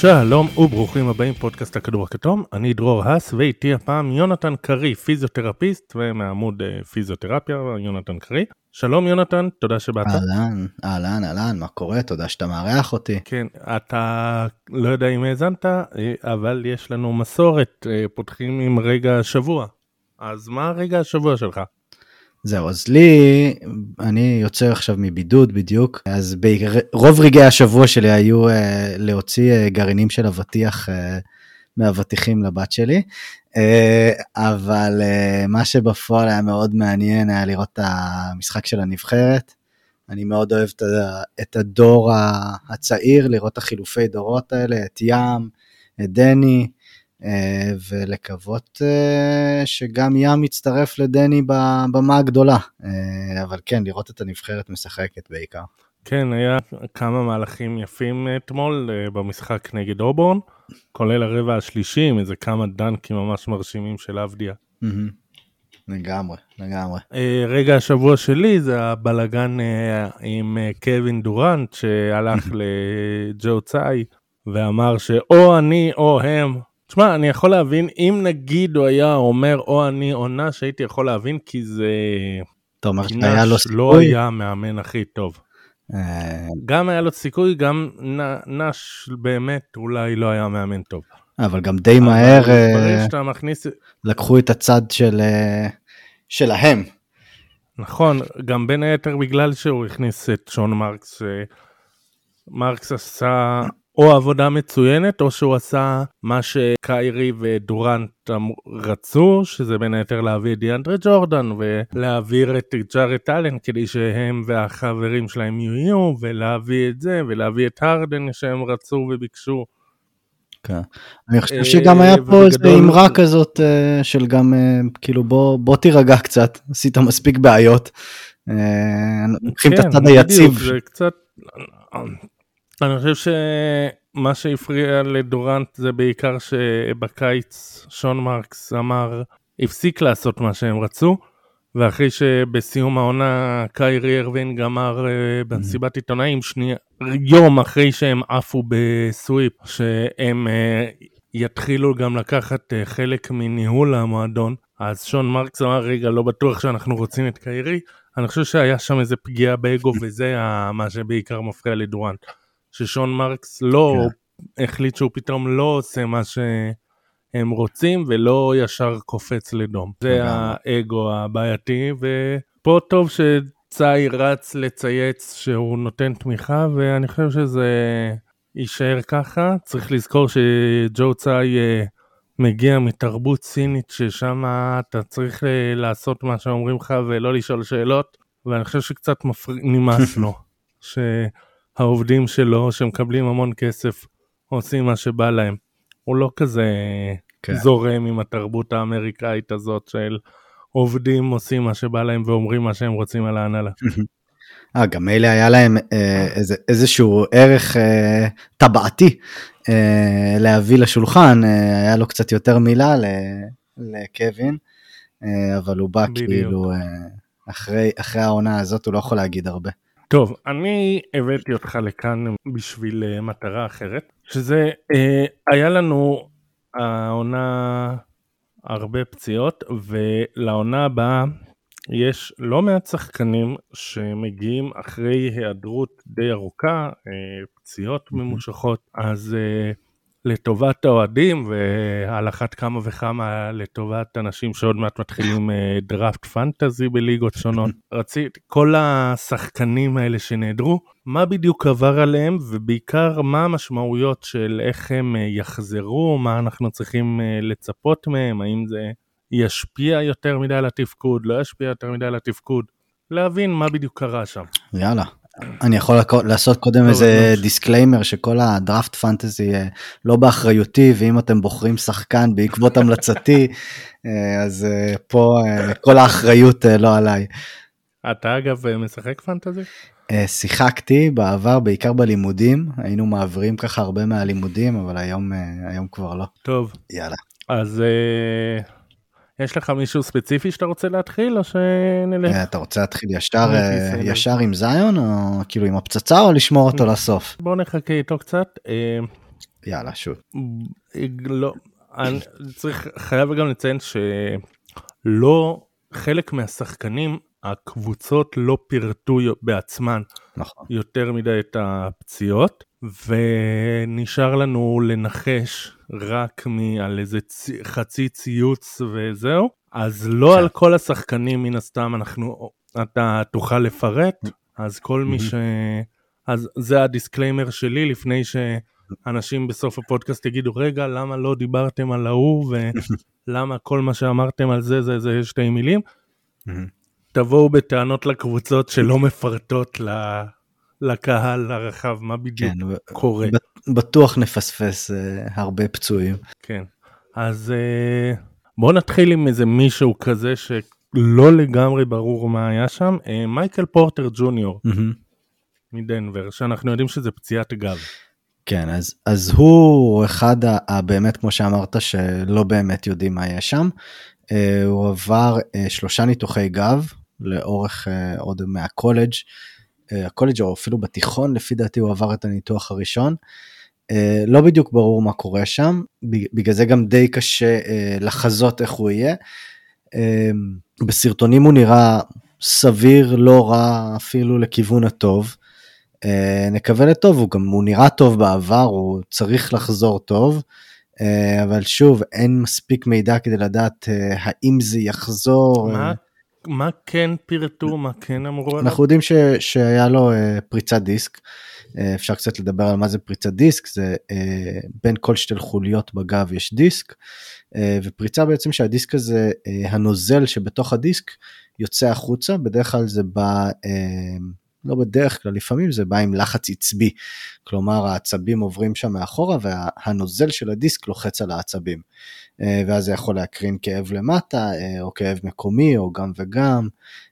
שלום וברוכים הבאים פודקאסט הכדור הכתום, אני דרור האס ואיתי הפעם יונתן קרי, פיזיותרפיסט ומעמוד פיזיותרפיה, יונתן קרי. שלום יונתן, תודה שבאת. אהלן, מה קורה? תודה שאתה מארח אותי. כן, אתה לא יודע אם האזנת, אבל יש לנו מסורת, פותחים עם רגע השבוע. אז מה רגע השבוע שלך? זהו, אז אני יוצא עכשיו מבידוד בדיוק, אז ברוב רגעי השבוע שלי היו להוציא גרעינים של אבטיח מהאבטיחים לבת שלי, אבל מה שבפועל היה מאוד מעניין היה לראות את המשחק של הנבחרת. אני מאוד אוהב את הדור הצעיר, לראות את החילופי דורות האלה, את ים, את דני, ולקוות שגם ים מצטרף לדני במה הגדולה, אבל כן, לראות את הנבחרת משחקת בעיקר. כן, היה כמה מהלכים יפים אתמול במשחק נגד אובורן, כולל הרבע השלישי, עם איזה כמה דנקים ממש מרשימים של אבדיה. לגמרי. רגע השבוע שלי זה הבלגן עם קווין דורנט, שהלך לג'ו צאי, ואמר שאו אני או הם, תשמע, אני יכול להבין, אם נגיד הוא היה אומר או אני או נש, הייתי יכול להבין, כי זה נש לא היה המאמן הכי טוב. גם היה לו סיכוי, גם נש באמת אולי לא היה מאמן טוב. אבל גם די מהר לקחו את הצד שלהם. נכון, גם בין היתר בגלל שהוא הכניס את שון מרקס, מרקס עשה או עבודה מצוינת, או שהוא עשה מה שקיירי ודורנט רצו, שזה בין היתר להביא את דיאנדרה ג'ורדן, ולהעביר את ג'ארט אלן, כדי שהם והחברים שלהם יהיו, ולהביא את זה, ולהביא את הרדן שהם רצו וביקשו. כן. אני חושב שגם היה פה איזו אמרה כזאת, של גם, כאילו בוא תירגע קצת, עשית מספיק בעיות, לוקחים את הצד היציב. זה קצת... אני חושב שמה שהפריע לדורנט זה בעיקר שבקיץ שון מרקס הפסיק לעשות מה שהם רצו, ואחרי שבסיום העונה קיירי ארווינג אמר במסיבת עיתונאים יום אחרי שהם עפו בסוויפ, שהם יתחילו גם לקחת חלק מניהול המועדון, אז שון מרקס אמר רגע לא בטוח שאנחנו רוצים את קיירי. אני חושב שהיה שם איזה פגיעה באגו, וזה מה שבעיקר מפריע לדורנט, ששון מרקס לא החליט שהוא פתאום לא עושה מה שהם רוצים, ולא ישר קופץ לדום. זה האגו הבעייתי, ופה טוב שצאי רץ לצייץ שהוא נותן תמיכה, ואני חושב שזה יישאר ככה. צריך לזכור שג'ו צאי מגיע מתרבות סינית, ששם אתה צריך לעשות מה שאומרים לך, ולא לשאול שאלות, ואני חושב שקצת נמאס לו, העובדים שלו, שמקבלים המון כסף, עושים מה שבא להם. הוא לא כזה זורם עם התרבות האמריקאית הזאת, של עובדים עושים מה שבא להם, ואומרים מה שהם רוצים על ההנהלה. גם אלה היה להם איזשהו ערך טבעתי, להביא לשולחן, היה לו קצת יותר מילה לקווין, אבל הוא בא כאילו, אחרי העונה הזאת הוא לא יכול להגיד הרבה. טוב, אני הבאתי אותך לכאן בשביל מטרה אחרת, שזה, היה לנו העונה הרבה פציעות, ולעונה הבאה יש לא מעט שחקנים שמגיעים אחרי היעדרות די ארוכה, פציעות ממושכות, אז לטובת האוהדים, ועל אחת כמה וכמה לטובת אנשים שעוד מעט מתחילים דראפט פנטזי בליגות שונות. רציתי, כל השחקנים האלה שנעדרו, מה בדיוק עבר עליהם, ובעיקר מה המשמעויות של איך הם יחזרו, מה אנחנו צריכים לצפות מהם, האם זה ישפיע יותר מדי על התפקוד, לא ישפיע יותר מדי על התפקוד, להבין מה בדיוק קרה שם. יאללה. אני יכול לעשות קודם איזה דיסקליימר שכל הדראפט פנטזי לא באחריותי, ואם אתם בוחרים שחקן בעקבות המלצתי, אז פה כל האחריות לא עליי. אתה אגב משחק פנטזי? שיחקתי בעבר, בעיקר בלימודים, היינו מעבירים ככה הרבה מהלימודים, אבל היום כבר לא. טוב. יאללה. אז יש לך מישהו ספציפי שאתה רוצה להתחיל, או שנלך? אתה רוצה להתחיל ישר עם זיון, או כאילו עם הפצצה, או לשמור אותו לסוף? בוא נחכה איתו קצת. יאללה, שוט. לא, אני חייב גם לציין שלא, חלק מהשחקנים, הקבוצות לא פירטו בעצמן נכון. יותר מדי את הפציעות, ונשאר לנו לנחש רק על איזה חצי ציוץ וזהו, אז לא על כל השחקנים מן הסתם אתה תוכל לפרט, אז כל מי אז זה הדיסקליימר שלי לפני שאנשים בסוף הפודקאסט יגידו, רגע, למה לא דיברתם על ההוא, ולמה כל מה שאמרתם על זה שתי מילים, תבואו בטענות לקבוצות שלא מפרטות לקהל הרחב, מה בדיוק קורה. בטוח נפספס הרבה פצועים. כן, אז בואו נתחיל עם איזה מישהו כזה שלא לגמרי ברור מה היה שם, מייקל פורטר ג'וניור מדנבר, שאנחנו יודעים שזה פציעת גב. כן, אז הוא אחד באמת כמו שאמרת שלא באמת יודעים מה היה שם, הוא עבר 3 ניתוחי גב לאורך עוד מהקולג', הקולג' או אפילו בתיכון לפי דעתי הוא עבר את הניתוח הראשון, לא בדיוק ברור מה קורה שם, בגלל זה גם די קשה לחזות איך הוא יהיה, בסרטונים הוא נראה סביר, לא רע אפילו לכיוון הטוב, נקווה לטוב, הוא נראה טוב בעבר, הוא צריך לחזור טוב, אבל שוב, אין מספיק מידע כדי לדעת האם זה יחזור. מה כן פירטו, מה כן אמרו עליו? אנחנו יודעים שהיה לו פריצת דיסק, אפשר קצת לדבר על מה זה פריצת דיסק, זה בין כל שתי חוליות בגב יש דיסק, ופריצה בעצם שהדיסק הזה, הנוזל שבתוך הדיסק יוצא החוצה, בדרך כלל זה בא, לא בדרך כלל, לפעמים זה בא עם לחץ עצבי, כלומר העצבים עוברים שם מאחורה, והנוזל של הדיסק לוחץ על העצבים, ואז זה יכול להקרין כאב למטה, או כאב מקומי, או גם וגם,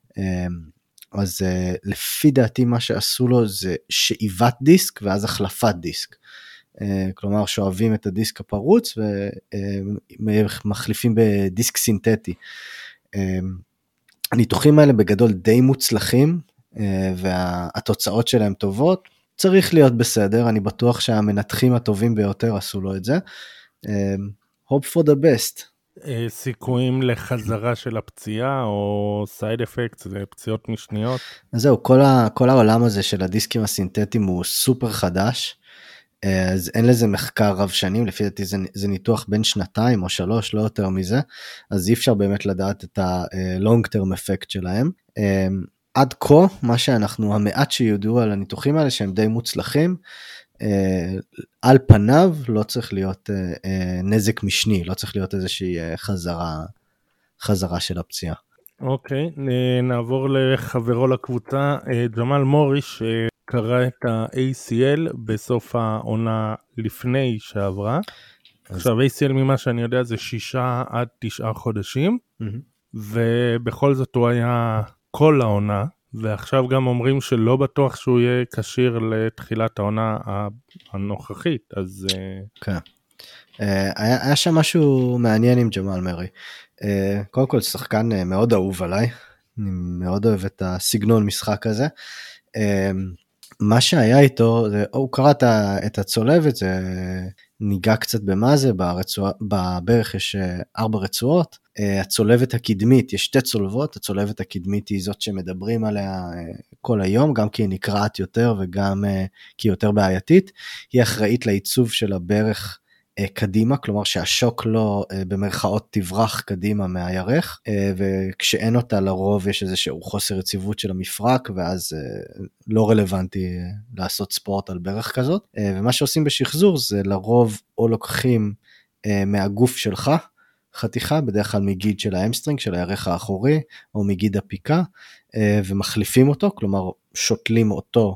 אז לפי דעתי מה שעשו לו זה שאיבת דיסק, ואז החלפת דיסק, כלומר שואבים את הדיסק הפרוץ, ומחליפים בדיסק סינתטי. הניתוחים האלה בגדול די מוצלחים, והתוצאות שלהם טובות, צריך להיות בסדר, אני בטוח שהמנתחים הטובים ביותר עשו לו את זה, hope for the best. סיכויים לחזרה של הפציעה, או side effects, זה פציעות משניות? אז זהו, כל העולם הזה של הדיסקים הסינתטיים הוא סופר חדש, אז אין לזה מחקר רב שנים, לפי דעתי זה ניתוח בין 2 או 3, לא יותר מזה, אז אי אפשר באמת לדעת את ה-long term effect שלהם, עד כה, מה שאנחנו, המעט שיודעו על הניתוחים האלה, שהם די מוצלחים, על פניו לא צריך להיות נזק משני, לא צריך להיות איזושהי חזרה של הפציעה. אוקיי, נעבור לחברו לקבוצה, ג'מאל מורי, שקרא את ה-ACL בסוף העונה לפני שעברה. עכשיו, ACL ממה שאני יודע זה 6 עד 9 חודשים, ובכל זאת הוא היה כל העונה, ועכשיו גם אומרים שלא בטוח שהוא יהיה כשיר לתחילת העונה הנוכחית, אז... כן. היה שם משהו מעניין עם ג'מאל מורי. קודם כל, שחקן מאוד אהוב עליי, אני מאוד אוהב את הסגנון משחק הזה. מה שהיה איתו, הוא קרא את הצולבת, זה ניגע קצת במה זה, בברך יש 4 רצועות, הצולבת הקדמית, יש 2 צולבות, הצולבת הקדמית היא זאת שמדברים עליה כל היום, גם כי היא נקרעת יותר וגם כי היא יותר בעייתית, היא אחראית לעיצוב של הברך קדימה, כלומר שהשוק לא במרכאות תברח קדימה מהירך, וכשאין אותה לרוב יש איזשהו חוסר יציבות של המפרק, ואז לא רלוונטי לעשות ספורט על ברך כזאת, ומה שעושים בשחזור זה לרוב או לוקחים מהגוף שלך, חתיכה, בדרך כלל מגיד של האמסטרינג, של הירך האחורי, או מגיד הפיקה, ומחליפים אותו, כלומר שותלים אותו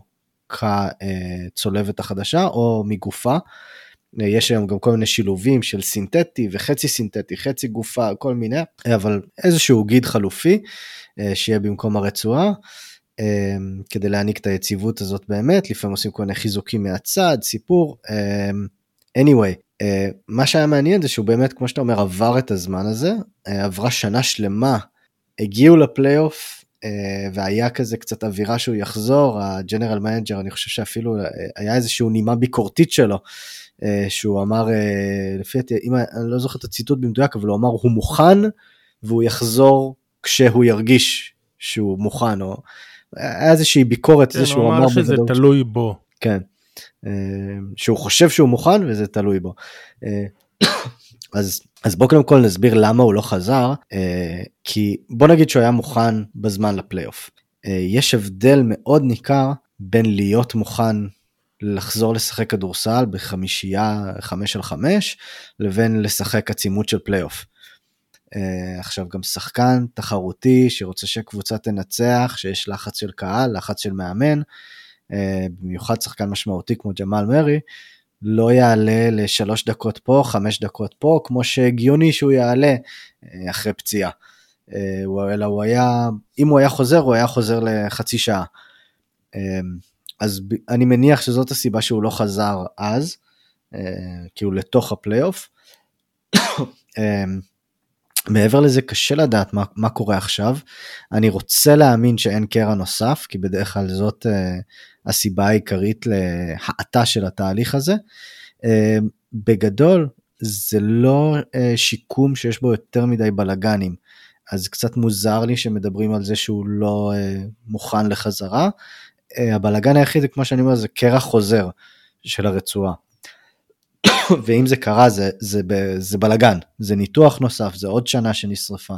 כצולבת החדשה, או מגופה, יש היום גם כל מיני שילובים של סינתטי וחצי סינתטי, חצי גופה, כל מיני, אבל איזשהו גיד חלופי, שיהיה במקום הרצועה, כדי להעניק את היציבות הזאת באמת, לפעמים עושים כל מיני חיזוקים מהצד, סיפור, anyway, מה שהיה מעניין זה שהוא באמת, כמו שאתה אומר, עבר את הזמן הזה, עברה שנה שלמה, הגיעו לפלייאוף, והיה כזה קצת אווירה שהוא יחזור, הג'נרל מנג'ר, אני חושב שאפילו היה איזשהו נימה ביקורתית שלו, שהוא אמר, לפי אם אני לא זוכר את הציטוט במדויק, אבל הוא אמר, הוא מוכן, והוא יחזור כשהוא ירגיש שהוא מוכן, או היה איזושהי ביקורת, כן, הוא אמר שזה תלוי בו. כן, שהוא חושב שהוא מוכן, וזה תלוי בו. אז בוא קודם כל נסביר למה הוא לא חזר, כי בוא נגיד שהוא היה מוכן בזמן לפלייאוף. יש הבדל מאוד ניכר בין להיות מוכן לחזור לשחק כדורסל בחמישייה 5-5, לבין לשחק עצימות של פלייאוף. עכשיו גם שחקן תחרותי שרוצה שקבוצה תנצח, שיש לחץ של קהל, לחץ של מאמן, במיוחד שחקן משמעותי כמו ג'מאל מרי, לא יעלה ל3 דקות פה, 5 דקות פה, כמו שהגיוני שהוא יעלה אחרי פציעה. אלא הוא היה, אם הוא היה חוזר, הוא היה חוזר לחצי שעה. אז אני מניח שזאת הסיבה שהוא לא חזר אז, כי הוא לתוך הפלייאוף. מעבר לזה קשה לדעת מה קורה עכשיו. אני רוצה להאמין שאין קרע נוסף, כי בדרך כלל זאת הסיבה העיקרית להעתה של התהליך הזה. בגדול זה לא שיקום שיש בו יותר מדי בלגנים, אז קצת מוזר לי שמדברים על זה שהוא לא מוכן לחזרה. הבלגן היחיד, כמו שאני אומר, זה קרע חוזר של הרצועה. ואם זה קרה, זה בלגן, זה ניתוח נוסף, זה עוד שנה שנשרפה.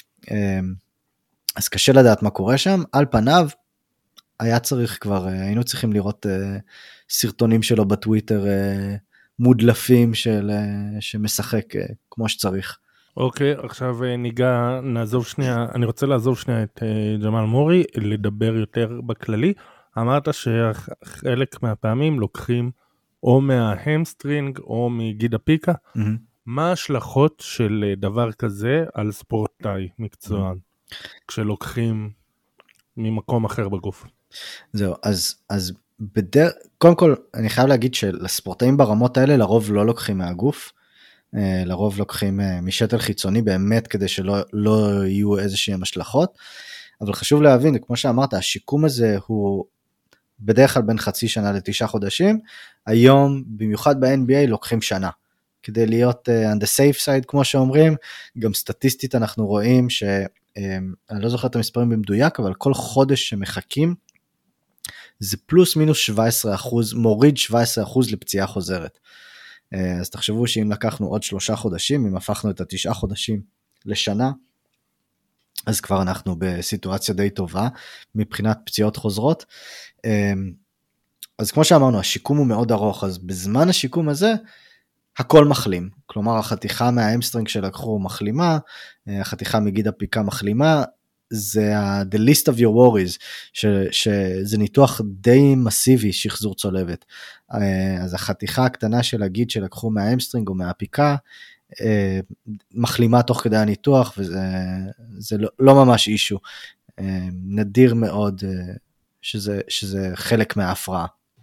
אז קשה לדעת מה קורה שם. על פניו, היה צריך כבר, היינו צריכים לראות סרטונים שלו בטוויטר, מודלפים שמשחק כמו שצריך. אוקיי, עכשיו נעזוב שנייה, אני רוצה לעזוב שנייה את ג'מאל מורי, לדבר יותר בכללי. אמרת שחלק מהפעמים לוקחים או מההמסטרינג או מגיד הפיקה. מה ההשלכות של דבר כזה על ספורטאי מקצוען, כשלוקחים ממקום אחר בגוף? זהו, אז קודם כל אני חייב להגיד שלספורטאים ברמות האלה לרוב לא לוקחים מהגוף, לרוב לוקחים משתל חיצוני באמת כדי שלא יהיו איזושהי השלכות, אבל חשוב להבין, כמו שאמרת, השיקום הזה הוא בדרך כלל בין חצי שנה ל9 חודשים, היום במיוחד ב-NBA לוקחים שנה, כדי להיות on the safe side כמו שאומרים, גם סטטיסטית אנחנו רואים אני לא זוכר את המספרים במדויק, אבל כל חודש שמחכים, זה פלוס מינוס 17%, מוריד 17% לפציעה חוזרת. אז תחשבו שאם לקחנו עוד 3 חודשים, אם הפכנו את 9 חודשים לשנה, אז כבר אנחנו בסיטואציה די טובה, מבחינת פציעות חוזרות. אז כמו שאמרנו, השיקום הוא מאוד ארוך, אז בזמן השיקום הזה, הכל מחלים. כלומר, החתיכה מהאמסטרינג שלקחו מחלימה, החתיכה מגיד הפיקה מחלימה, זה the list of your worries, שזה ניתוח די מסיבי, שחזור צולבת. אז החתיכה הקטנה של הגיד שלקחו מהאמסטרינג או מהפיקה, מחלימה תוך כדי הניתוח, וזה לא ממש אישו. נדיר מאוד שזה חלק מההפרעה.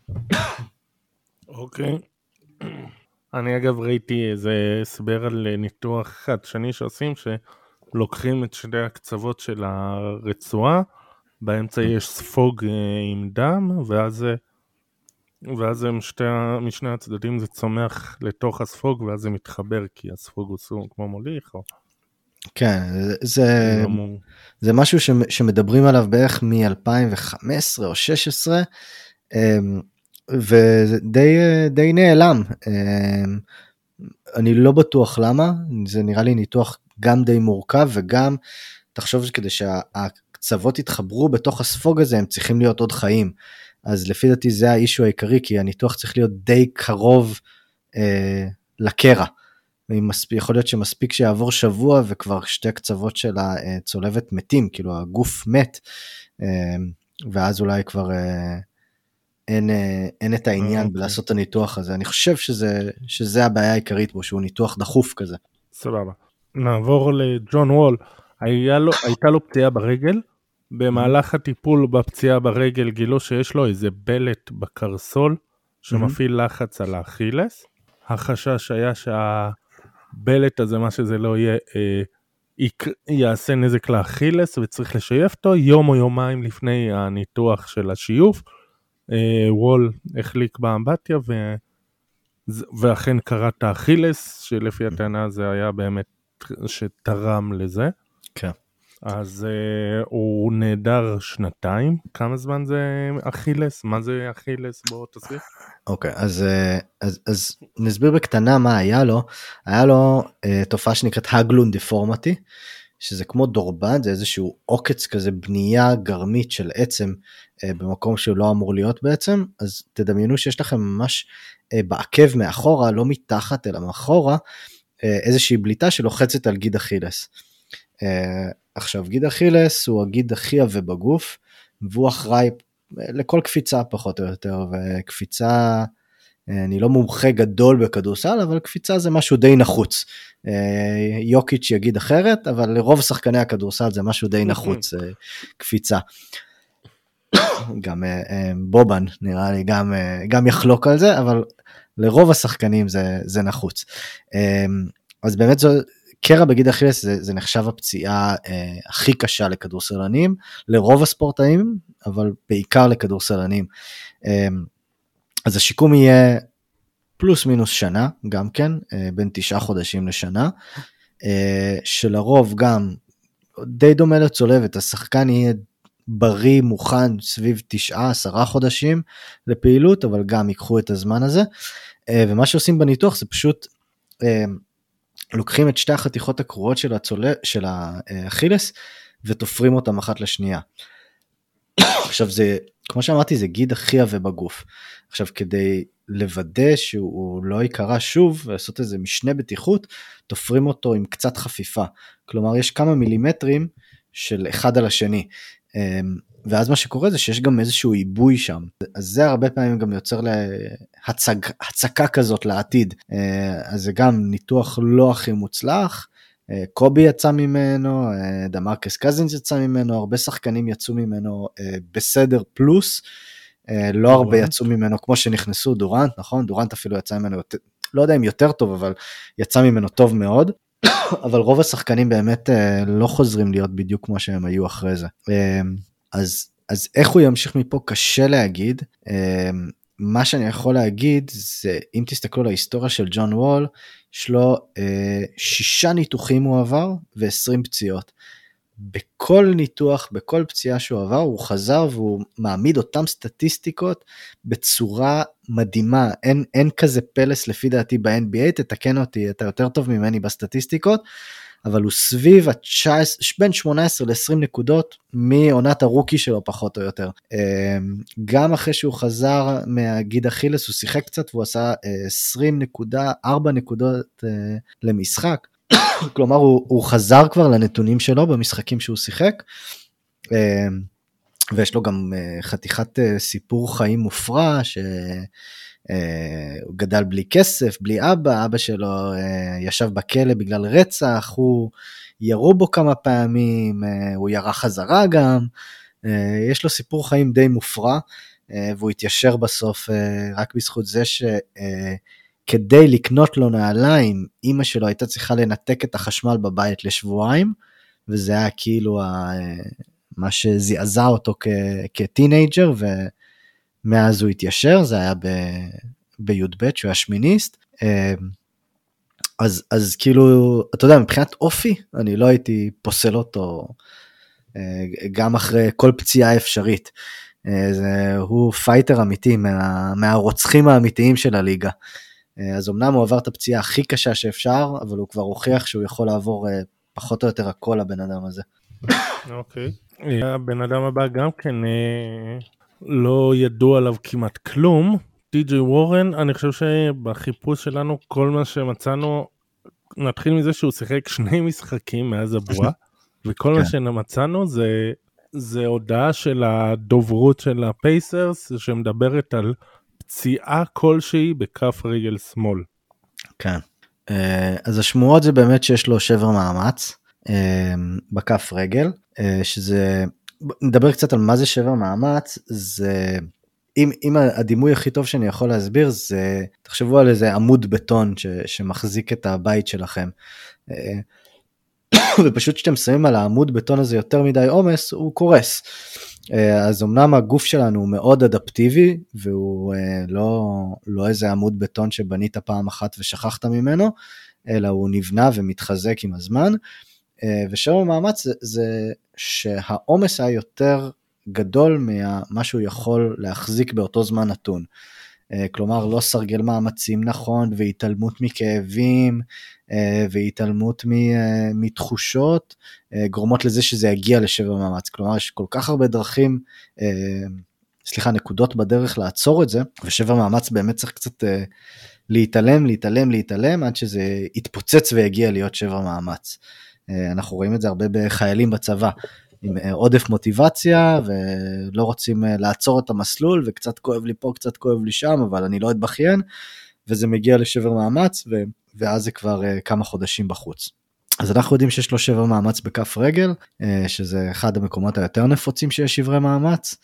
אוקיי. אני אגב ראיתי איזה הסבר על ניתוח חדשני שעושים, שלוקחים את שני הקצוות של הרצועה, באמצע יש ספוג עם דם, ואז משני הצדדים זה צומח לתוך הספוג, ואז זה מתחבר, כי הספוג הוא סוג כמו מוליך. כן, זה משהו שמדברים עליו בערך מ-2015 או 2016, ודי נעלם. אני לא בטוח למה, זה נראה לי ניתוח גם די מורכב, וגם תחשוב שכדי שהקצוות יתחברו בתוך הספוג הזה, הם צריכים להיות עוד חיים. אז לפי דעתי זה האישו העיקרי, כי הניתוח צריך להיות די קרוב לקרע. יכול להיות שמספיק שיעבור שבוע, וכבר שתי קצוות של הצולבת מתים, כאילו הגוף מת, ואז אולי כבר אין את העניין בלעשות את הניתוח הזה. אני חושב שזה הבעיה העיקרית בו, שהוא ניתוח דחוף כזה. סבבה. נעבור לג'ון וול. הייתה לו פציעה ברגל, במהלך הטיפול בפציעה ברגל גילו שיש לו איזה בלט בקרסול, שמפעיל לחץ על האכילס. החשש היה שהבלט הזה, מה שזה לא יהיה, יעשה נזק לאכילס, וצריך לשייף אותו יום או יומיים לפני הניתוח של השיוף. וול החליק באמבטיה ואכן קראת אכילס, שלפי הטענה זה היה באמת שתרם לזה. כן. אז הוא נהדר 2 כמה זמן זה אכילס? מה זה אכילס? בוא תסביר. אוקיי, אז נסביר בקטנה מה היה לו. היה לו תופעה שנקראת הגלון דפורמטי, שזה כמו דורבן, זה איזשהו עוקץ כזה, בנייה גרמית של עצם, במקום שהוא לא אמור להיות בעצם. אז תדמיינו שיש לכם ממש בעקב מאחורה, לא מתחת אלא מאחורה, איזושהי בליטה שלוחצת על גיד אכילס. עכשיו, גיד אכילס הוא הגיד הכי עבה בגוף, והוא אחראי לכל קפיצה פחות או יותר, וקפיצה, אני לא מומחה גדול בכדורסל, אבל קפיצה זה משהו די נחוץ. יוקיץ' יגיד אחרת, אבל לרוב שחקני הכדורסל זה משהו די נחוץ, קפיצה. גם בובן נראה לי גם יחלוק על זה, אבל לרוב השחקנים זה נחוץ. אז באמת זו, קרע בגיד אכילס זה נחשב הפציעה הכי קשה לכדורסלנים, לרוב הספורטאים, אבל בעיקר לכדורסלנים. אז השיקום יהיה פלוס מינוס שנה, גם כן, בין 9 חודשים לשנה, שלרוב גם די דומה לצולבת, השחקן יהיה בריא, מוכן, סביב 9-10 חודשים לפעילות, אבל גם ייקחו את הזמן הזה, ומה שעושים בניתוח זה פשוט, לוקחים את 2 החתיכות הקרועות של האכילס, ותופרים אותם אחת לשנייה. עכשיו זה, כמו שאמרתי, זה גיד הכי עבה בגוף. עכשיו כדי לוודא שהוא לא יקרה שוב, ולעשות איזה משנה בטיחות, תופרים אותו עם קצת חפיפה. כלומר, יש כמה מילימטרים של אחד על השני. ואז מה שקורה זה שיש גם איזשהו עיבוי שם. אז זה הרבה פעמים גם יוצר הצקה כזאת לעתיד. אז זה גם ניתוח לא הכי מוצלח. קובי יצא ממנו, דמרקס קזינס יצא ממנו, הרבה שחקנים יצאו ממנו בסדר פלוס, לא הרבה יצאו ממנו כמו שנכנסו, דורנט, נכון? דורנט אפילו יצא ממנו, לא יודע אם יותר טוב, אבל יצא ממנו טוב מאוד, אבל רוב השחקנים באמת לא חוזרים להיות בדיוק כמו שהם היו אחרי זה. אז איך הוא ימשיך מפה קשה להגיד, מה שאני יכול להגיד זה, אם תסתכלו על ההיסטוריה של ג'ון וול, יש לו 6 ניתוחים הוא עבר ו20 פציעות. בכל ניתוח, בכל פציעה שהוא עבר, הוא חזר והוא מעמיד אותם סטטיסטיקות בצורה מדהימה. אין כזה פלס לפי דעתי ב-NBA, תתקן אותי, אתה יותר טוב ממני בסטטיסטיקות, אבל הוא סביב בין 18 ל-20 נקודות מעונת הרוקי שלו פחות או יותר. גם אחרי שהוא חזר מהגיד אכילס, הוא שיחק קצת והוא עשה 20.4 נקודות למשחק. כלומר, הוא חזר כבר לנתונים שלו במשחקים שהוא שיחק, ויש לו גם חתיכת סיפור חיים מופרע, הוא גדל בלי כסף, בלי אבא שלו ישב בכלא בגלל רצח, הוא ירו בו כמה פעמים, הוא ירה חזרה גם, יש לו סיפור חיים די מופרע, והוא התיישר בסוף רק בזכות זה שכדי לקנות לו נעליים, אמא שלו הייתה צריכה לנתק את החשמל בבית לשבועיים, וזה היה כאילו מה שזעזע אותו כטינג'ר, ומאז הוא התיישר, זה היה בי"ב שהוא היה שמיניסט, אז כאילו, אתה יודע, מבחינת אופי, אני לא הייתי פוסל אותו, גם אחרי כל פציעה אפשרית, הוא פייטר אמיתי, מהרוצחים האמיתיים של הליגה, אז אמנם הוא עבר את הפציעה הכי קשה שאפשר, אבל הוא כבר הוכיח שהוא יכול לעבור פחות או יותר הכל לבן אדם הזה. אוקיי, הבן אדם הבא גם כן לא ידוע עליו כמעט כלום, טי.ג'יי וורן, אני חושב שבחיפוש שלנו כל מה שמצאנו, נתחיל מזה שהוא שיחק 2 משחקים מאז הבועה, וכל מה שמצאנו זה הודעה של הדוברות של הפייסרס, שמדברת על פציעה כלשהי בכף רגל שמאל. כן, אז השמועות זה באמת שיש לו שבר מאמץ בכף רגל, שזה, נדבר קצת על מה זה שבר מאמץ, זה, אם הדימוי הכי טוב שאני יכול להסביר, זה, תחשבו על איזה עמוד בטון שמחזיק את הבית שלכם, ופשוט שאתם שמים על העמוד בטון הזה יותר מדי עומס, הוא קורס. אז אמנם הגוף שלנו הוא מאוד אדפטיבי, והוא לא איזה עמוד בטון שבנית פעם אחת ושכחת ממנו, אלא הוא נבנה ומתחזק עם הזמן, ושבר במאמץ זה שהעומס היה יותר גדול ממה שהוא יכול להחזיק באותו זמן נתון. כלומר, לא סרגל מאמצים נכון, והתעלמות מכאבים, והתעלמות מתחושות, גורמות לזה שזה יגיע לשבר מאמץ. כלומר, יש כל כך הרבה דרכים, נקודות בדרך לעצור את זה, ושבר מאמץ באמת צריך קצת להתעלם, עד שזה יתפוצץ ויגיע להיות שבר מאמץ. אנחנו רואים את זה הרבה בחיילים בצבא, עם עודף מוטיבציה, ולא רוצים לעצור את המסלול, וקצת כואב לי פה, קצת כואב לי שם, אבל אני לא אתבכיין, וזה מגיע לשבר מאמץ, ואז זה כבר כמה חודשים בחוץ. אז אנחנו יודעים שיש לו שבר מאמץ בכף רגל, שזה אחד המקומות היותר נפוצים שיש שברי מאמץ,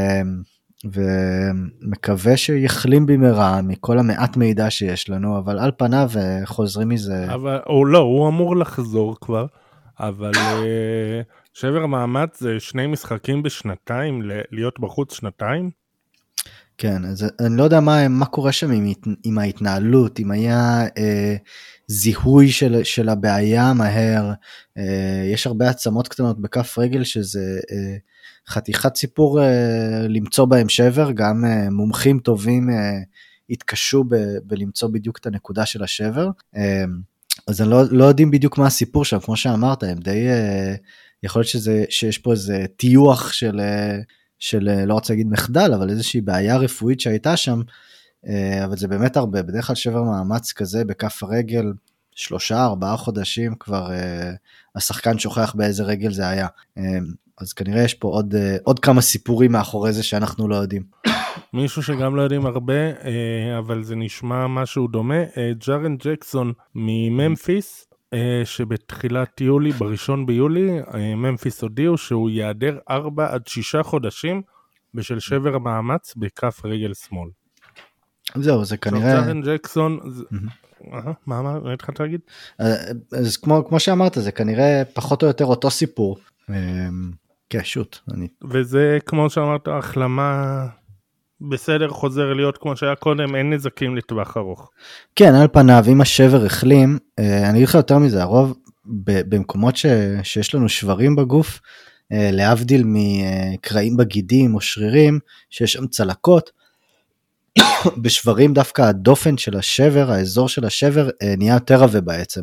ומקווה שיחלים במהרה מכל המעט מידע שיש לנו, אבל על פניו חוזרים מזה. אבל הוא אמור לחזור כבר, אבל שבר מאמץ זה 2 משחקים בשנתיים, להיות בחוץ שנתיים? כן, אז אני לא יודע מה קורה שם עם ההתנהלות, אם היה זיהוי של הבעיה מהר, יש הרבה עצמות קטנות בכף רגל שזה חתיכת סיפור למצוא בהם שבר, גם מומחים טובים התקשו בלמצוא בדיוק את הנקודה של השבר, אז אני לא יודעים בדיוק מה הסיפור שם, כמו שאמרת, הם די, יכול להיות שיש פה איזה טיוח של לא רוצה להגיד מחדל, אבל איזושהי בעיה רפואית שהייתה שם, אבל זה באמת הרבה, בדרך כלל שבר מאמץ כזה בכף הרגל, 3-4 חודשים כבר השחקן שוכח באיזה רגל זה היה, אז כנראה יש פה עוד כמה סיפורים מאחורי זה שאנחנו לא יודעים. מישהו שגם לא יודעים הרבה, אבל זה נשמע משהו דומה, ג'רן ג'קסון מממפיס, שבתחילת יולי, ב1 ביולי, ממפיס הודיעו שהוא יעדר 4-6 חודשים בשל שבר המאמץ בכף רגל שמאל. זהו, זה כנראה... ג'רן ג'קסון... מה התחלת להגיד? אז כמו שאמרת, זה כנראה פחות או יותר אותו סיפור. כן, שוט. וזה כמו שאמרת, החלמה... בסדר, חוזר להיות כמו שהיה קודם, אין נזקים לטווח ארוך. כן, על פניו, אם השבר החלים, אני אגיד לך יותר מזה, הרוב במקומות שיש לנו שברים בגוף, להבדיל מקרעים בגידים או שרירים, שיש שם צלקות, בשברים דווקא הדופן של השבר, האזור של השבר, נהיה יותר רבה בעצם.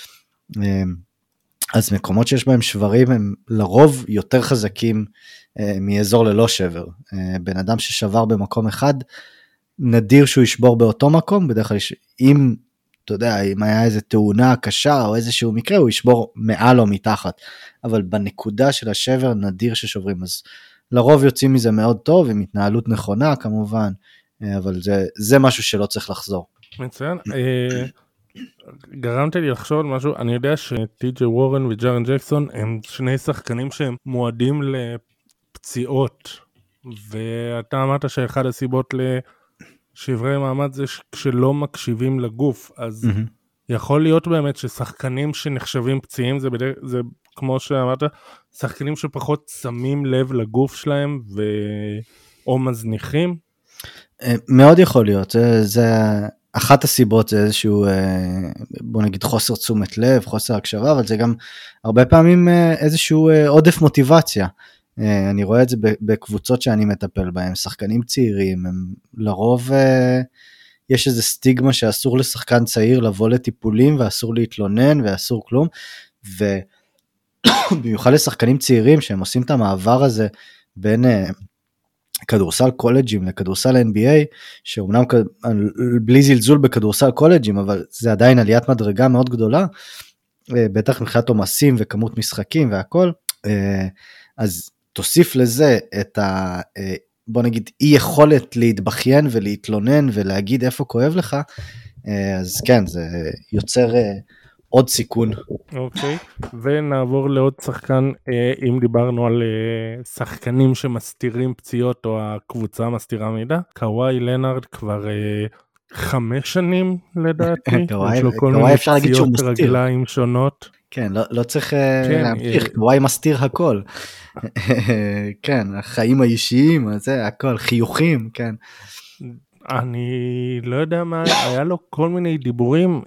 אז מקומות שיש בהם שברים, הם לרוב יותר חזקים מאזור ללא שבר. בן אדם ששבר במקום אחד, נדיר שהוא ישבור באותו מקום, בדרך כלל אם, אתה יודע, אם היה איזו תאונה קשה או איזשהו מקרה, הוא ישבור מעל או מתחת, אבל בנקודה של השבר נדיר ששוברים, אז לרוב יוצאים מזה מאוד טוב, עם התנהלות נכונה כמובן, אבל זה משהו שלא צריך לחזור. מצוין. גרמת לי לחשוב על משהו, אני יודע שטי.ג'יי וורן וג'רן ג'קסון הם שני שחקנים שהם מועדים לפציעות, ואתה אמרת שאחד הסיבות לשברי מאמץ זה כשלא מקשיבים לגוף, אז יכול להיות באמת ששחקנים שנחשבים פציעים, זה כמו שאמרת, שחקנים שפחות שמים לב לגוף שלהם או מזניחים? מאוד יכול להיות, זה אחת הסיבות זה איזשהו, בוא נגיד חוסר תשומת לב, חוסר הקשבה, אבל זה גם הרבה פעמים איזשהו עודף מוטיבציה. אני רואה את זה בקבוצות שאני מטפל בהן, שחקנים צעירים, הם לרוב יש איזה סטיגמה שאסור לשחקן צעיר לבוא לטיפולים, ואסור להתלונן, ואסור כלום, ובמיוחד לשחקנים צעירים שהם עושים את המעבר הזה בין כדורסל קולג'ים לכדורסל NBA, שאומנם בלי זלזול בכדורסל קולג'ים, אבל זה עדיין עליית מדרגה מאוד גדולה, בטח מבחינת עומסים וכמות משחקים והכל, אז תוסיף לזה את בוא נגיד אי יכולת להתבכיין ולהתלונן ולהגיד איפה כואב לך, אז כן, זה יוצר עוד סיכון. אוקיי, ונעבור לעוד שחקן, אם דיברנו על שחקנים שמסתירים פציעות או הקבוצה מסתירה מידע, קוואי לנארד כבר 5 שנים לדעתי, יש לו כל מיני פציעות רגליים שונות. כן, לא צריך כן, להמשיך, קוואי מסתיר הכל. כן, החיים האישיים, זה הכל, חיוכים, כן. אני לא יודע מה, היה לו כל מיני דיבורים,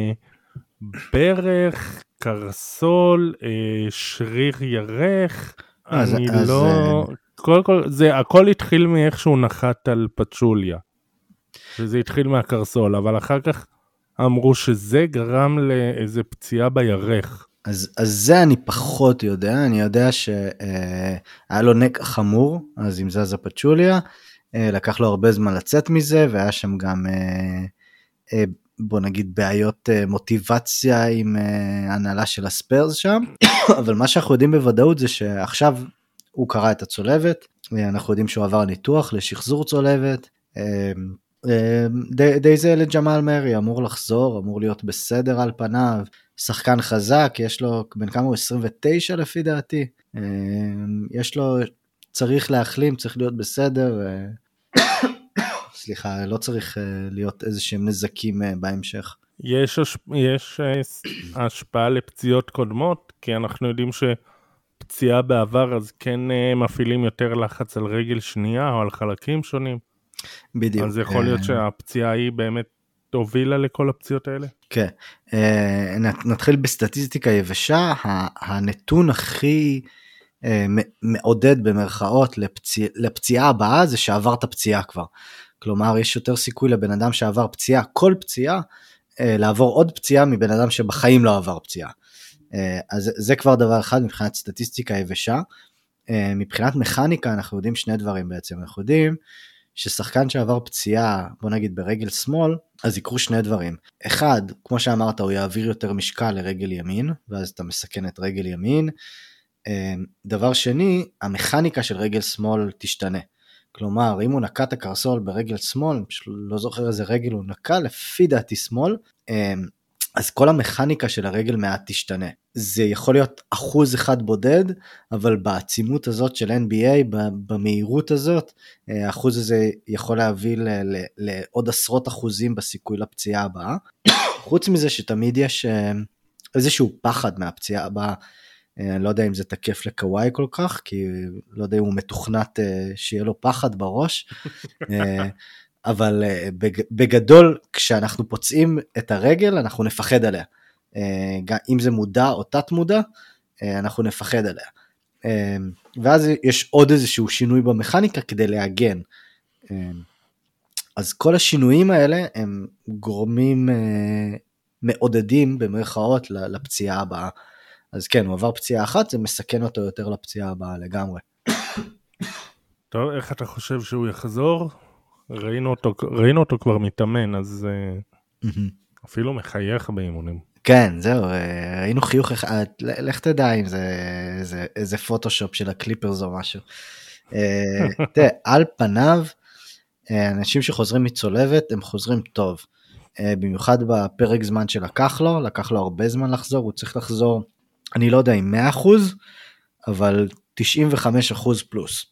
ברך, קרסול, שריר ירך, אני לא... קודם כל, זה הכל התחיל מאיך שהוא נחת על פצ'וליה, שזה התחיל מהקרסול, אבל אחר כך אמרו שזה גרם לאיזה פציעה בירך. אז זה אני פחות יודע, אני יודע שהיה לו נק חמור, אז עם זזה פצ'וליה, לקח לו הרבה זמן לצאת מזה, והיה שם גם, בוא נגיד, בעיות מוטיבציה עם הנהלה של הספרס שם, אבל מה שאנחנו יודעים בוודאות זה שעכשיו הוא קרא את הצולבת, אנחנו יודעים שהוא עבר ניתוח לשחזור צולבת, די זה לג'מאל מרי, אמור לחזור, אמור להיות בסדר על פניו, שחקן חזק, יש לו בין כמה הוא 29 לפי דעתי, יש לו, צריך להחלים, צריך להיות בסדר, סליחה, לא צריך להיות איזה שהם נזקים בהמשך. יש השפעה לפציעות קודמות, כי אנחנו יודעים שפציעה בעבר אז כן מפעילים יותר לחץ על רגל שנייה או על חלקים שונים. בדיוק. אז יכול להיות שהפציעה היא באמת תובילה לכל הפציעות האלה? כן. נתחיל בסטטיסטיקה יבשה, הנתון הכי מעודד במרכאות לפציעה הבאה זה שעברת פציעה כבר. כלומר, יש יותר סיכוי לבן אדם שעבר פציעה, כל פציעה, לעבור עוד פציעה מבן אדם שבחיים לא עבר פציעה. אז זה כבר דבר אחד מבחינת סטטיסטיקה יבשה. מבחינת מכניקה אנחנו יודעים שני דברים בעצם. אנחנו יודעים ששחקן שעבר פציעה, בוא נגיד ברגל שמאל, אז יקרו שני דברים. אחד, כמו שאמרת, הוא יעביר יותר משקל לרגל ימין, ואז אתה מסכן את רגל ימין. דבר שני, המכניקה של רגל שמאל תשתנה. כלומר, אם הוא נקע את הקרסול ברגל שמאל, לא זוכר איזה רגל הוא נקע, לפי דעתי שמאל, אז כל המכניקה של הרגל מעט תשתנה. זה יכול להיות 1% בודד, אבל בעצימות הזאת של NBA, במהירות הזאת, האחוז הזה יכול להביא לעוד עשרות אחוזים בסיכוי לפציעה הבאה. חוץ מזה שתמיד יש איזשהו פחד מהפציעה הבאה, אני לא יודע אם זה תקף לקוואי כל כך, כי לא יודע אם הוא מתוכנת שיהיה לו פחד בראש, אבל בגדול כשאנחנו פוצעים את הרגל אנחנו נפחד עליה, אם זה מודע או תת מודע אנחנו נפחד עליה, ואז יש עוד איזשהו שינוי במכניקה כדי להגן, אז כל השינויים האלה הם גורמים מעודדים במרכאות לפציעה הבאה, אז כן, הוא עבר פציעה אחת, זה מסכן אותו יותר לפציעה הבאה לגמרי. טוב, איך אתה חושב שהוא יחזור? ראינו אותו כבר מתאמן, אז אפילו מחייך באימונים. כן, זהו, ראינו חיוך אחד, לך תדע אם זה איזה פוטושופ של הקליפרס או משהו. תראה, על פניו, אנשים שחוזרים מצולבת, הם חוזרים טוב. במיוחד בפרק זמן לקח לו הרבה זמן לחזור, הוא צריך לחזור, אני לא יודע אם 100%, אבל 95% פלוס.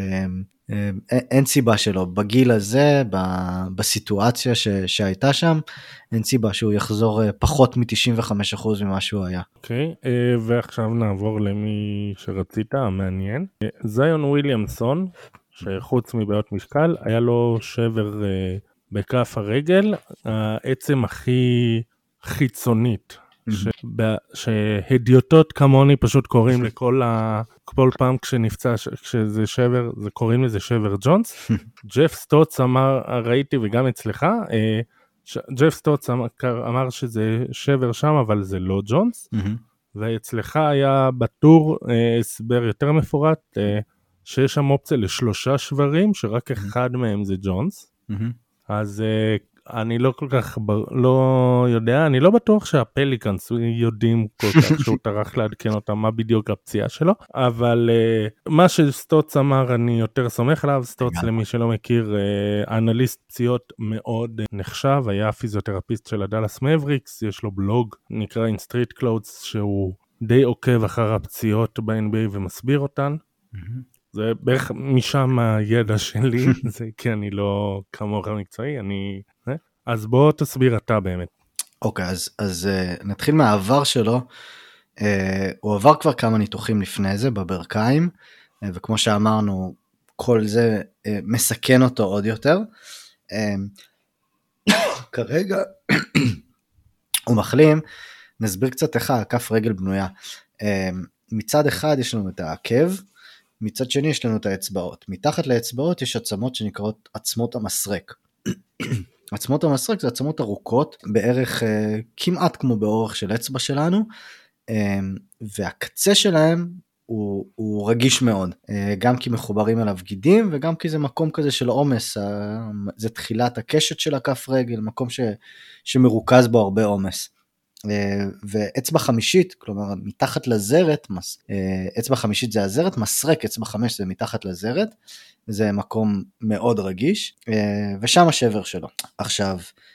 אין סיבה שלו, בגיל הזה, בסיטואציה שהייתה שם, אין סיבה שהוא יחזור פחות מ-95% ממה שהוא היה. אוקיי, ועכשיו נעבור למי שרצית, המעניין. זיון וויליאמסון, שחוץ מבעיות משקל, היה לו שבר בכף הרגל, העצם הכי חיצונית, שהדיוטות כמוני פשוט קוראים כל פעם כשזה שבר, זה קוראים לזה שבר ג'ונס. ג'ף סטוץ אמר, ראיתי וגם אצלך, ג'ף סטוץ אמר שזה שבר שם, אבל זה לא ג'ונס, ואצלך היה בטור הסבר יותר מפורט, שיש שם אופציה ל3 שברים, שרק אחד מהם זה ג'ונס, אז אני לא כל כך, לא יודע, אני לא בטוח שהפליקאנס יודעים כל כך שהוא טרח לעדכן אותם מה בדיוק הפציעה שלו, אבל מה שסטוץ אמר אני יותר סומך עליו, סטוץ למי שלא מכיר, אנליסט פציעות מאוד נחשב, היה פיזיותרפיסט של הדלס מבריקס, יש לו בלוג נקרא In Street Clothes שהוא די עוקב אחר הפציעות ב-NBA ומסביר אותן, זה בערך משם הידע שלי, זה כי אני לא כמוך מקצועי, אז בוא תסביר אתה באמת. אוקיי, אז נתחיל מהעבר שלו, הוא עבר כבר כמה ניתוחים לפני זה בברכיים, וכמו שאמרנו, כל זה מסכן אותו עוד יותר. כרגע הוא מחלים, נסביר קצת איך הכף רגל בנויה. מצד אחד יש לנו את העקב, מצד שני יש לנו את האצבעות. מתחת לאצבעות יש עצמות שנקראות עצמות המסרק. עצמות המסרק זה עצמות ארוכות, בערך כמעט כמו באורך של אצבע שלנו, והקצה שלהם הוא רגיש מאוד, גם כי מחוברים אליו גידים, וגם כי זה מקום כזה של עומס, זה תחילת הקשת של הכף רגל, מקום שמרוכז בו הרבה עומס. ואצבע חמישית, כלומר מתחת לזרת, אצבע חמישית זה הזרת, מסרק אצבע 5 זה מתחת לזרת, זה מקום מאוד רגיש, ושם השבר שלו. עכשיו,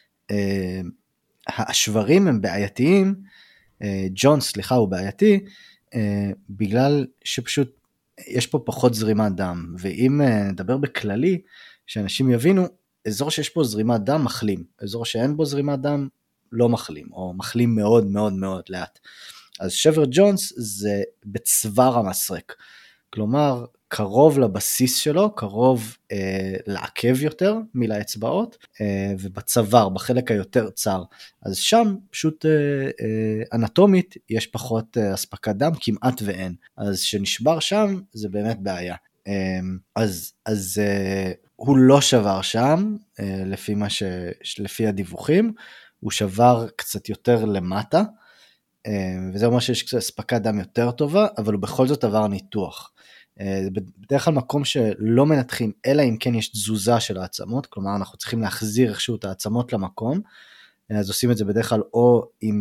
השברים הם בעייתיים, ג'ון, סליחה, הוא בעייתי, בגלל שפשוט יש פה פחות זרימת דם, ואם נדבר בכללי, שאנשים יבינו, אזור שיש פה זרימת דם מחלים, אזור שאין בו זרימת דם לא מחלים, או מחלים מאוד מאוד מאוד לאט. אז שבר ג'ונס זה בצוואר המסרק, כלומר קרוב לבסיס שלו, קרוב לעקב יותר מלאצבעות, ובצוואר, בחלק היותר צר. אז שם פשוט אנטומית יש פחות הספקת דם, כמעט ואין. אז שנשבר שם זה באמת בעיה. אז הוא לא שבר שם, לפי הדיווחים, הוא שבר קצת יותר למטה, וזה אומר שיש קצת הספקת דם יותר טובה, אבל הוא בכל זאת עבר ניתוח. בדרך כלל מקום שלא מנתחים, אלא אם כן יש תזוזה של העצמות, כלומר אנחנו צריכים להחזיר איכשהו את העצמות למקום, אז עושים את זה בדרך כלל או עם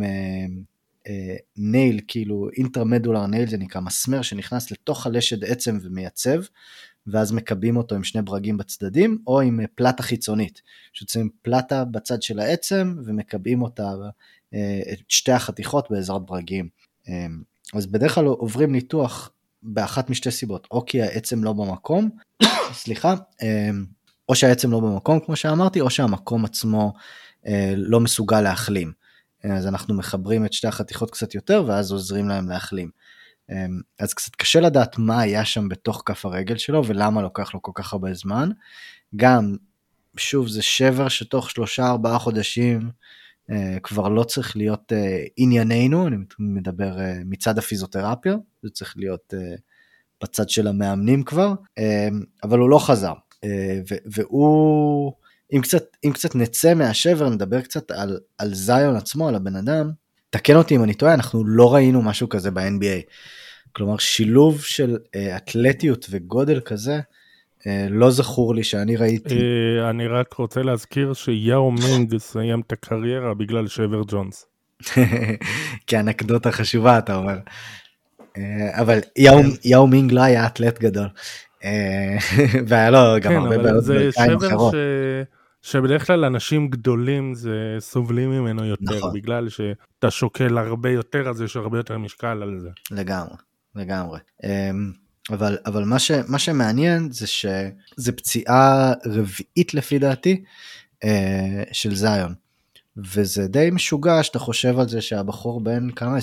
נייל, כאילו אינטרמדולר נייל, זה נקרא מסמר שנכנס לתוך הלשד עצם ומייצב, ואז מקבים אותו עם שני ברגים בצדדים, או עם פלטה חיצונית, שוצאים פלטה בצד של העצם, ומקבים אותה, את שתי החתיכות בעזרת ברגים. אז בדרך כלל עוברים ניתוח באחת משתי סיבות, או כי העצם לא במקום, סליחה, או שהעצם לא במקום כמו שאמרתי, או שהמקום עצמו לא מסוגל להחלים. אז אנחנו מחברים את שתי החתיכות קצת יותר, ואז עוזרים להם להחלים. אז קצת קשה לדעת מה היה שם בתוך כף הרגל שלו, ולמה לוקח לו כל כך הרבה זמן. גם, שוב, זה שבר שתוך 3-4 חודשים, כבר לא צריך להיות ענייננו, אני מדבר מצד הפיזיותרפיה, זה צריך להיות בצד של המאמנים כבר, אבל הוא לא חזר, והוא, אם קצת נצא מהשבר, נדבר קצת על זיון עצמו, על הבן אדם, תקן אותי אם אני טועה, אנחנו לא ראינו משהו כזה ב-NBA, כלומר שילוב של אתלטיות וגודל כזה, לא זכור לי שאני ראיתי. אני רק רוצה להזכיר שיאו מינג סיים את הקריירה בגלל שבר ג'ונס. כאנקדוטה חשובה אתה אומר. אבל יאו מינג לא היה אתלט גדול. והיה לו גם הרבה בעיות ברכיים אחרות. שבדרך כלל אנשים גדולים זה סובלים ממנו יותר, בגלל שאתה שוקל הרבה יותר, אז יש הרבה יותר משקל על זה. לגמרי. אבל מה שמעניין זה שזה פציעה רביעית לפי דעתי של זיון, וזה די משוגע שאתה חושב על זה שהבחור בין כמה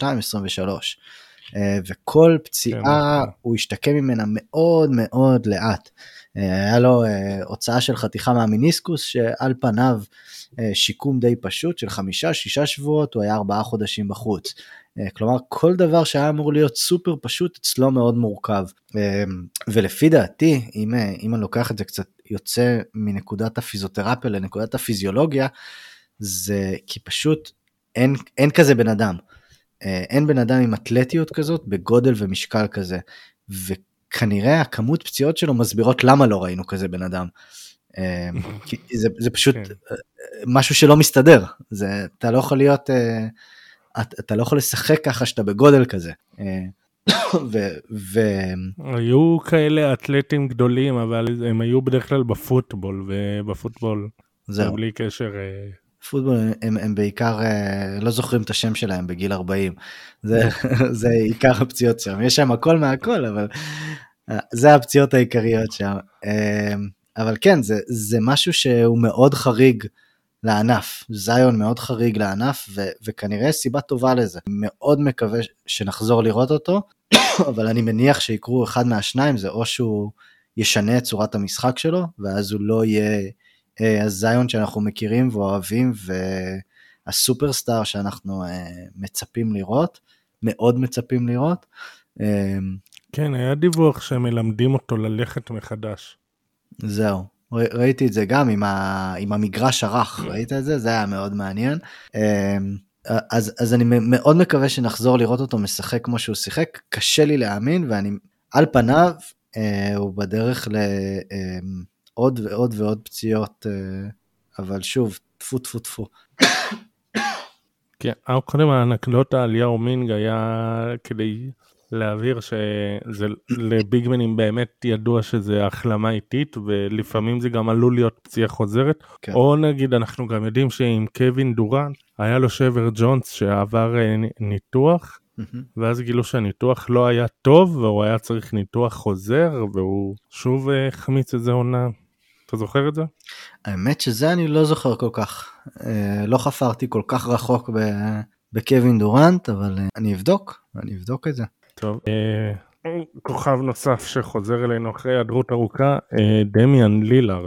22-23, וכל פציעה הוא השתקם ממנה מאוד מאוד לאט. היה לו הוצאה של חתיכה מהמיניסקוס שעל פניו שיקום די פשוט של 5-6 שבועות, הוא היה 4 חודשים בחוץ. כלומר, כל דבר שהיה אמור להיות סופר פשוט, אצלו מאוד מורכב. ולפי דעתי, אם אני לוקח את זה קצת יוצא מנקודת הפיזיותרפיה לנקודת הפיזיולוגיה, זה כי פשוט אין כזה בן אדם. אין בן אדם עם אתלטיות כזאת, בגודל ומשקל כזה. וכנראה הכמות פציעות שלו מסבירות למה לא ראינו כזה בן אדם. כי זה פשוט משהו שלא מסתדר. אתה לא יכול להיות... אתה לא יכול לשחק ככה שאתה בגודל כזה. היו כאלה אתלטים גדולים, אבל הם היו בדרך כלל בפוטבול, ובפוטבול זה בלי קשר. פוטבול הם בעיקר לא זוכרים את השם שלהם בגיל 40. זה עיקר הפציעות שם. יש שם הכל מהכל, אבל זה הפציעות העיקריות שם. אבל כן, זה משהו שהוא מאוד חריג לענף, זיון מאוד חריג לענף, וכנראה סיבה טובה לזה. מאוד מקווה שנחזור לראות אותו, אבל אני מניח שיקרו אחד מהשניים, זה או שהוא ישנה את צורת המשחק שלו, ואז הוא לא יהיה הזיון שאנחנו מכירים ואוהבים, והסופרסטאר שאנחנו מצפים לראות, מאוד מצפים לראות. כן, היה דיווח שמלמדים אותו ללכת מחדש. זהו, ראיתי את זה גם עם המגרש הרך, ראית את זה? זה היה מאוד מעניין. אז אני מאוד מקווה שנחזור לראות אותו משחק כמו שהוא שיחק, קשה לי להאמין, ואני על פניו הוא בדרך לעוד ועוד ועוד פציעות, אבל שוב, טפו טפו טפו. כן, קודם האנקדוטה על יאו מינג היה כדי להעביר שלביגמנים באמת ידוע שזה החלמה איטית, ולפעמים זה גם עלול להיות פציעה חוזרת, כן. או נגיד אנחנו גם יודעים שעם קווין דורנט, היה לו שבר ג'ונס שעבר ניתוח, ואז גילו שהניתוח לא היה טוב, והוא היה צריך ניתוח חוזר, והוא שוב חמיץ איזה עונה. אתה זוכר את זה? האמת שזה אני לא זוכר כל כך, לא חפרתי כל כך רחוק בקווין דורנט, אבל אני אבדוק את זה. טוב, כוכב נוסף שחוזר אלינו אחרי היעדרות ארוכה, דמיאן לילארד.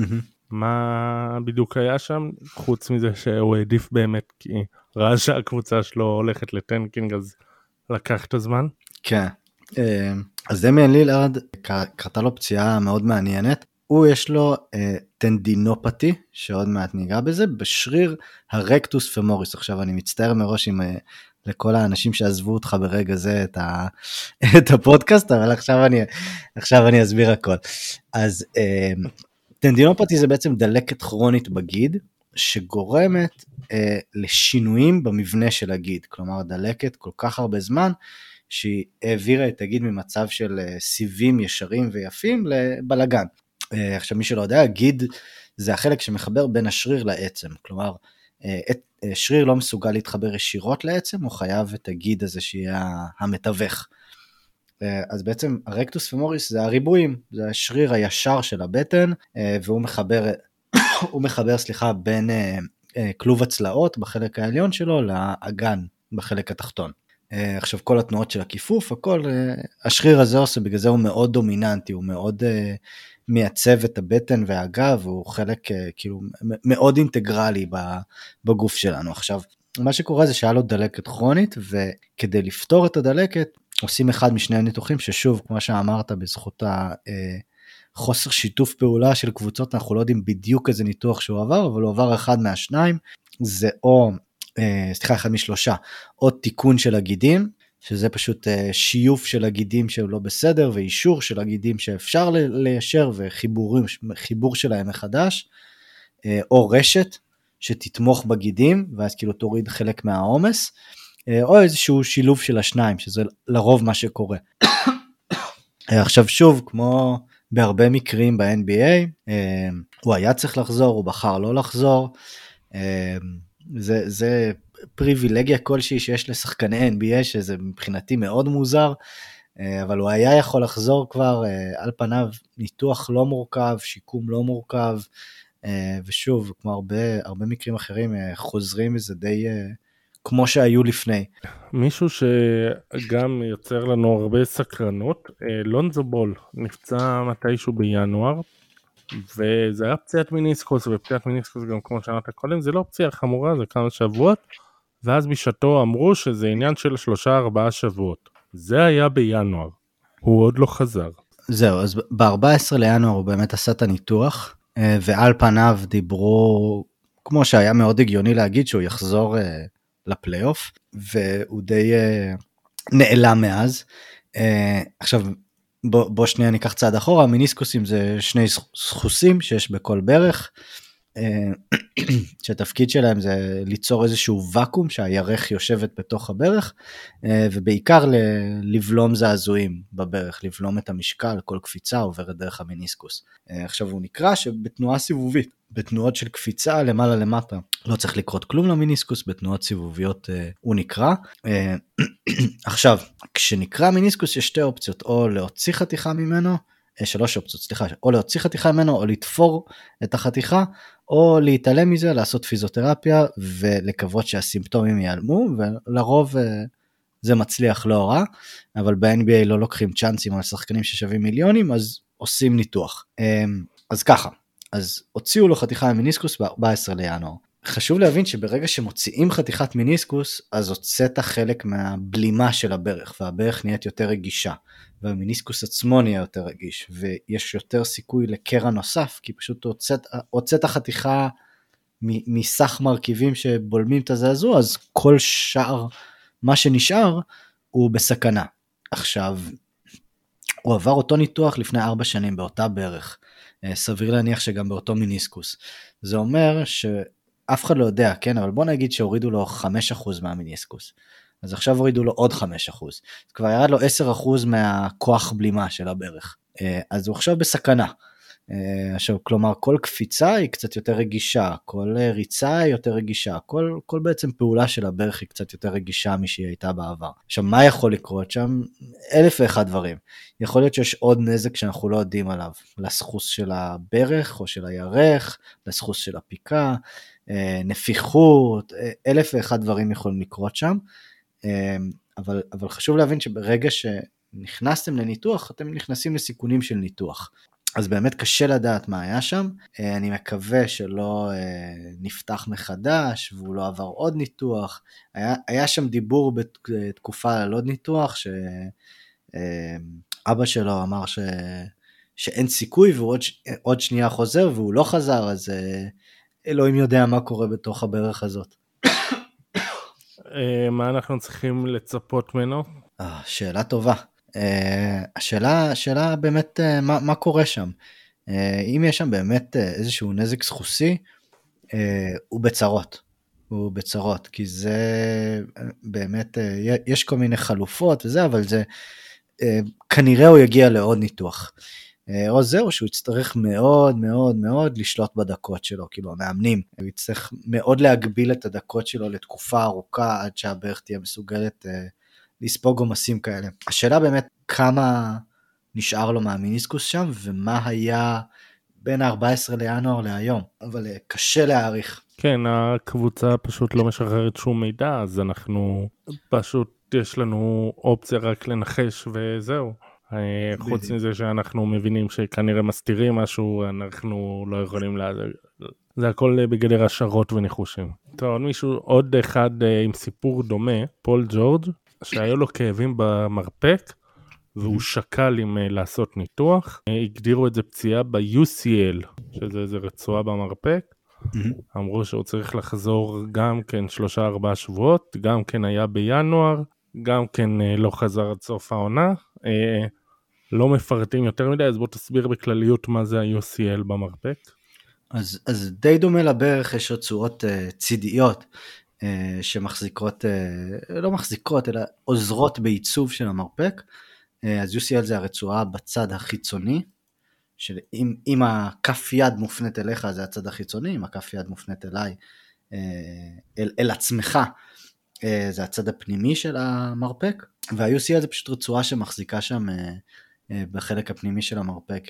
מה בדיוק היה שם? חוץ מזה שהוא העדיף באמת, כי ראה שהקבוצה שלו הולכת לטנקינג, אז לקח את הזמן. כן, אז דמיאן לילארד, קרתה לו פציעה מאוד מעניינת, הוא יש לו טנדינופתי, שעוד מעט ניגע בזה, בשריר הרקטוס פמוריס. עכשיו אני מצטער מראש לכל האנשים שעזבו אותך ברגע זה את הפודקאסט, אבל עכשיו אני אסביר הכל. אז טנדינופתי זה בעצם דלקת כרונית בגיד, שגורמת לשינויים במבנה של הגיד, כלומר דלקת כל כך הרבה זמן, שהיא העבירה את הגיד ממצב של סיבים ישרים ויפים לבלגן. עכשיו מי שלא יודע, גיד זה החלק שמחבר בין השריר לעצם, כלומר שריר לא מסוגל להתחבר ישירות לעצם, הוא חייב את הגיד הזה שיהיה המתווך. אז בעצם הרקטוס פמוריס זה הריבועים, זה השריר הישר של הבטן, והוא מחבר בין כלוב הצלעות בחלק העליון שלו לאגן בחלק התחתון. עכשיו כל התנועות של הכיפוף, הכל, השריר הזה עושה, בגלל זה הוא מאוד דומיננטי, הוא מאוד מייצב את הבטן והגב, הוא חלק כאילו מאוד אינטגרלי בגוף שלנו. עכשיו, מה שקורה זה שהיה לו דלקת כרונית, וכדי לפתור את הדלקת, עושים אחד משני הניתוחים, ששוב, כמו שאמרת, בזכות חוסר שיתוף פעולה של קבוצות, אנחנו לא יודעים בדיוק איזה ניתוח שהוא עבר, אבל הוא עבר אחד מהשניים, זה אחד משלושה, או תיקון של הגידים, שזה פשוט שיוף של הגידים שהוא לא בסדר, ואישור של הגידים שאפשר ליישר, וחיבור שלהם מחדש, או רשת שתתמוך בגידים, ואז כאילו תוריד חלק מהעומס, או איזשהו שילוב של השניים, שזה לרוב מה שקורה. עכשיו שוב, כמו בהרבה מקרים ב-NBA, הוא היה צריך לחזור, הוא בחר לא לחזור, זה פריבילגיה כלשהי שיש לשחקני NBA, שזה מבחינתי מאוד מוזר, אבל הוא היה יכול לחזור כבר, על פניו ניתוח לא מורכב, שיקום לא מורכב, ושוב, כמו הרבה מקרים אחרים, חוזרים איזה די כמו שהיו לפני. מישהו שגם יוצר לנו הרבה סקרנות, לונזו בול, נפצע מתישהו בינואר, וזה היה פציעת מיניסקוס, ופציעת מיניסקוס גם כמו שאמרת קודם, זה לא פציעה חמורה, זה כמה שבועות, ואז בשעתו אמרו שזה עניין של 3-4 שבועות. זה היה בינואר, הוא עוד לא חזר. זהו, אז ב-14 לינואר הוא באמת עשה את הניתוח, ועל פניו דיברו, כמו שהיה מאוד הגיוני להגיד שהוא יחזור לפלייאוף, והוא די נעלם מאז. עכשיו, בוא שנייה ניקח צעד אחורה, מיניסקוסים זה שני סחוסים שיש בכל ברך, שהתפקיד שלהם זה ליצור איזשהו וקום שהירך יושבת בתוך הברך, ובעיקר לבלום זעזועים בברך, לבלום את המשקל, כל קפיצה עוברת דרך המיניסקוס. עכשיו הוא נקרא שבתנועה סיבובית, בתנועות של קפיצה למעלה למטה, לא צריך לקרות כלום למיניסקוס, בתנועות סיבוביות הוא נקרא. עכשיו, כשנקרא מיניסקוס יש שתי אופציות, או להוציא חתיכה ממנו, 3 אופציות, סליחה, או להוציא חתיכה ממנו, או לתפור את החתיכה, או להתעלם מזה, לעשות פיזיותרפיה ולקוות שהסימפטומים ייעלמו, ולרוב זה מצליח לא רע, אבל ב-NBA לא לוקחים צ'אנסים על שחקנים ששווים מיליונים, אז עושים ניתוח. אז ככה, אז הוציאו לו חתיכה ממיניסקוס ב-14 לינואר. חשוב להבין שברגע שמוציאים חתיכת מיניסקוס, אז הוצאת חלק מהבלימה של הברך, והברך נהיית יותר רגישה, והמיניסקוס עצמו נהיה יותר רגיש, ויש יותר סיכוי לקרע נוסף, כי פשוט הוצאת חתיכה מסך מרכיבים שבולמים את הזעזוע, אז כל שאר מה שנשאר הוא בסכנה. עכשיו, הוא עבר אותו ניתוח לפני 4 שנים באותה ברך, סביר להניח שגם באותו מיניסקוס. זה אומר שאף אחד לא יודע, כן? אבל בוא נגיד שהורידו לו 5% מהמיניסקוס. אז עכשיו הורידו לו עוד 5%. אז כבר ירד לו 10% מהכוח בלימה של הברך. אז הוא עכשיו בסכנה. עכשיו, כלומר, כל קפיצה היא קצת יותר רגישה, כל ריצה היא יותר רגישה, כל בעצם פעולה של הברך היא קצת יותר רגישה משהיא הייתה בעבר. עכשיו, מה יכול לקרות שם? 1,001 דברים. יכול להיות שיש עוד נזק שאנחנו לא יודעים עליו, לסחוס של הברך או של הירך, לסחוס של הפיקה, נפיחות, 1,001 דברים יכולים לקרות שם, אבל חשוב להבין שברגע שנכנסתם לניתוח, אתם נכנסים לסיכונים של ניתוח. אז באמת קשה לדעת מה היה שם, אני מקווה שלא נפתח מחדש, והוא לא עבר עוד ניתוח, היה שם דיבור בתקופה על עוד ניתוח, שאבא שלו אמר שאין סיכוי, והוא עוד שנייה חוזר, והוא לא חזר, אז אלוהים יודע מה קורה בתוך הברך הזאת. מה אנחנו צריכים לצפות ממנו? שאלה טובה. השאלה באמת מה קורה שם. אם יש שם באמת איזשהו נזק סחוסי, הוא בצרות, כי זה באמת, יש כל מיני חלופות וזה, אבל זה, כנראה הוא יגיע לעוד ניתוח. או זהו שהוא יצטרך מאוד מאוד מאוד לשלוט בדקות שלו, כאילו המאמנים, הוא יצטרך מאוד להגביל את הדקות שלו לתקופה ארוכה, עד שהברך תהיה מסוגלת לספוג עומסים כאלה. השאלה באמת כמה נשאר לו מהמיניסקוס שם, ומה היה בין ה-14 לינואר להיום, אבל קשה להעריך. כן, הקבוצה פשוט לא משחררת שום מידע, אז אנחנו פשוט יש לנו אופציה רק לנחש וזהו. חוץ מזה שאנחנו מבינים שכנראה מסתירים משהו, אנחנו לא יכולים זה הכל בגדר השערות וניחושים. טוב, עוד אחד עם סיפור דומה, פול ג'ורג', שהיה לו כאבים במרפק, והוא שקל עם לעשות ניתוח, הגדירו את זה פציעה ב-UCL, שזה איזה רצועה במרפק, אמרו שהוא צריך לחזור גם כן 3-4 שבועות, גם כן היה בינואר, גם כן לא חזר עד סוף העונה, לא מפרטים יותר מדי, אז בוא תסביר בכלליות מה זה ה-UCL במרפק. אז די דומה לברך, יש רצועות צידיות, שמחזיקות, לא מחזיקות, אלא עוזרות בעיצוב של המרפק. אז UCL זה הרצועה בצד החיצוני, אם הכף יד מופנית אליך זה הצד החיצוני, אם הכף יד מופנית אליי, אל עצמך, זה הצד הפנימי של המרפק, וה-UCL זה פשוט רצועה שמחזיקה שם בחלק הפנימי של המרפק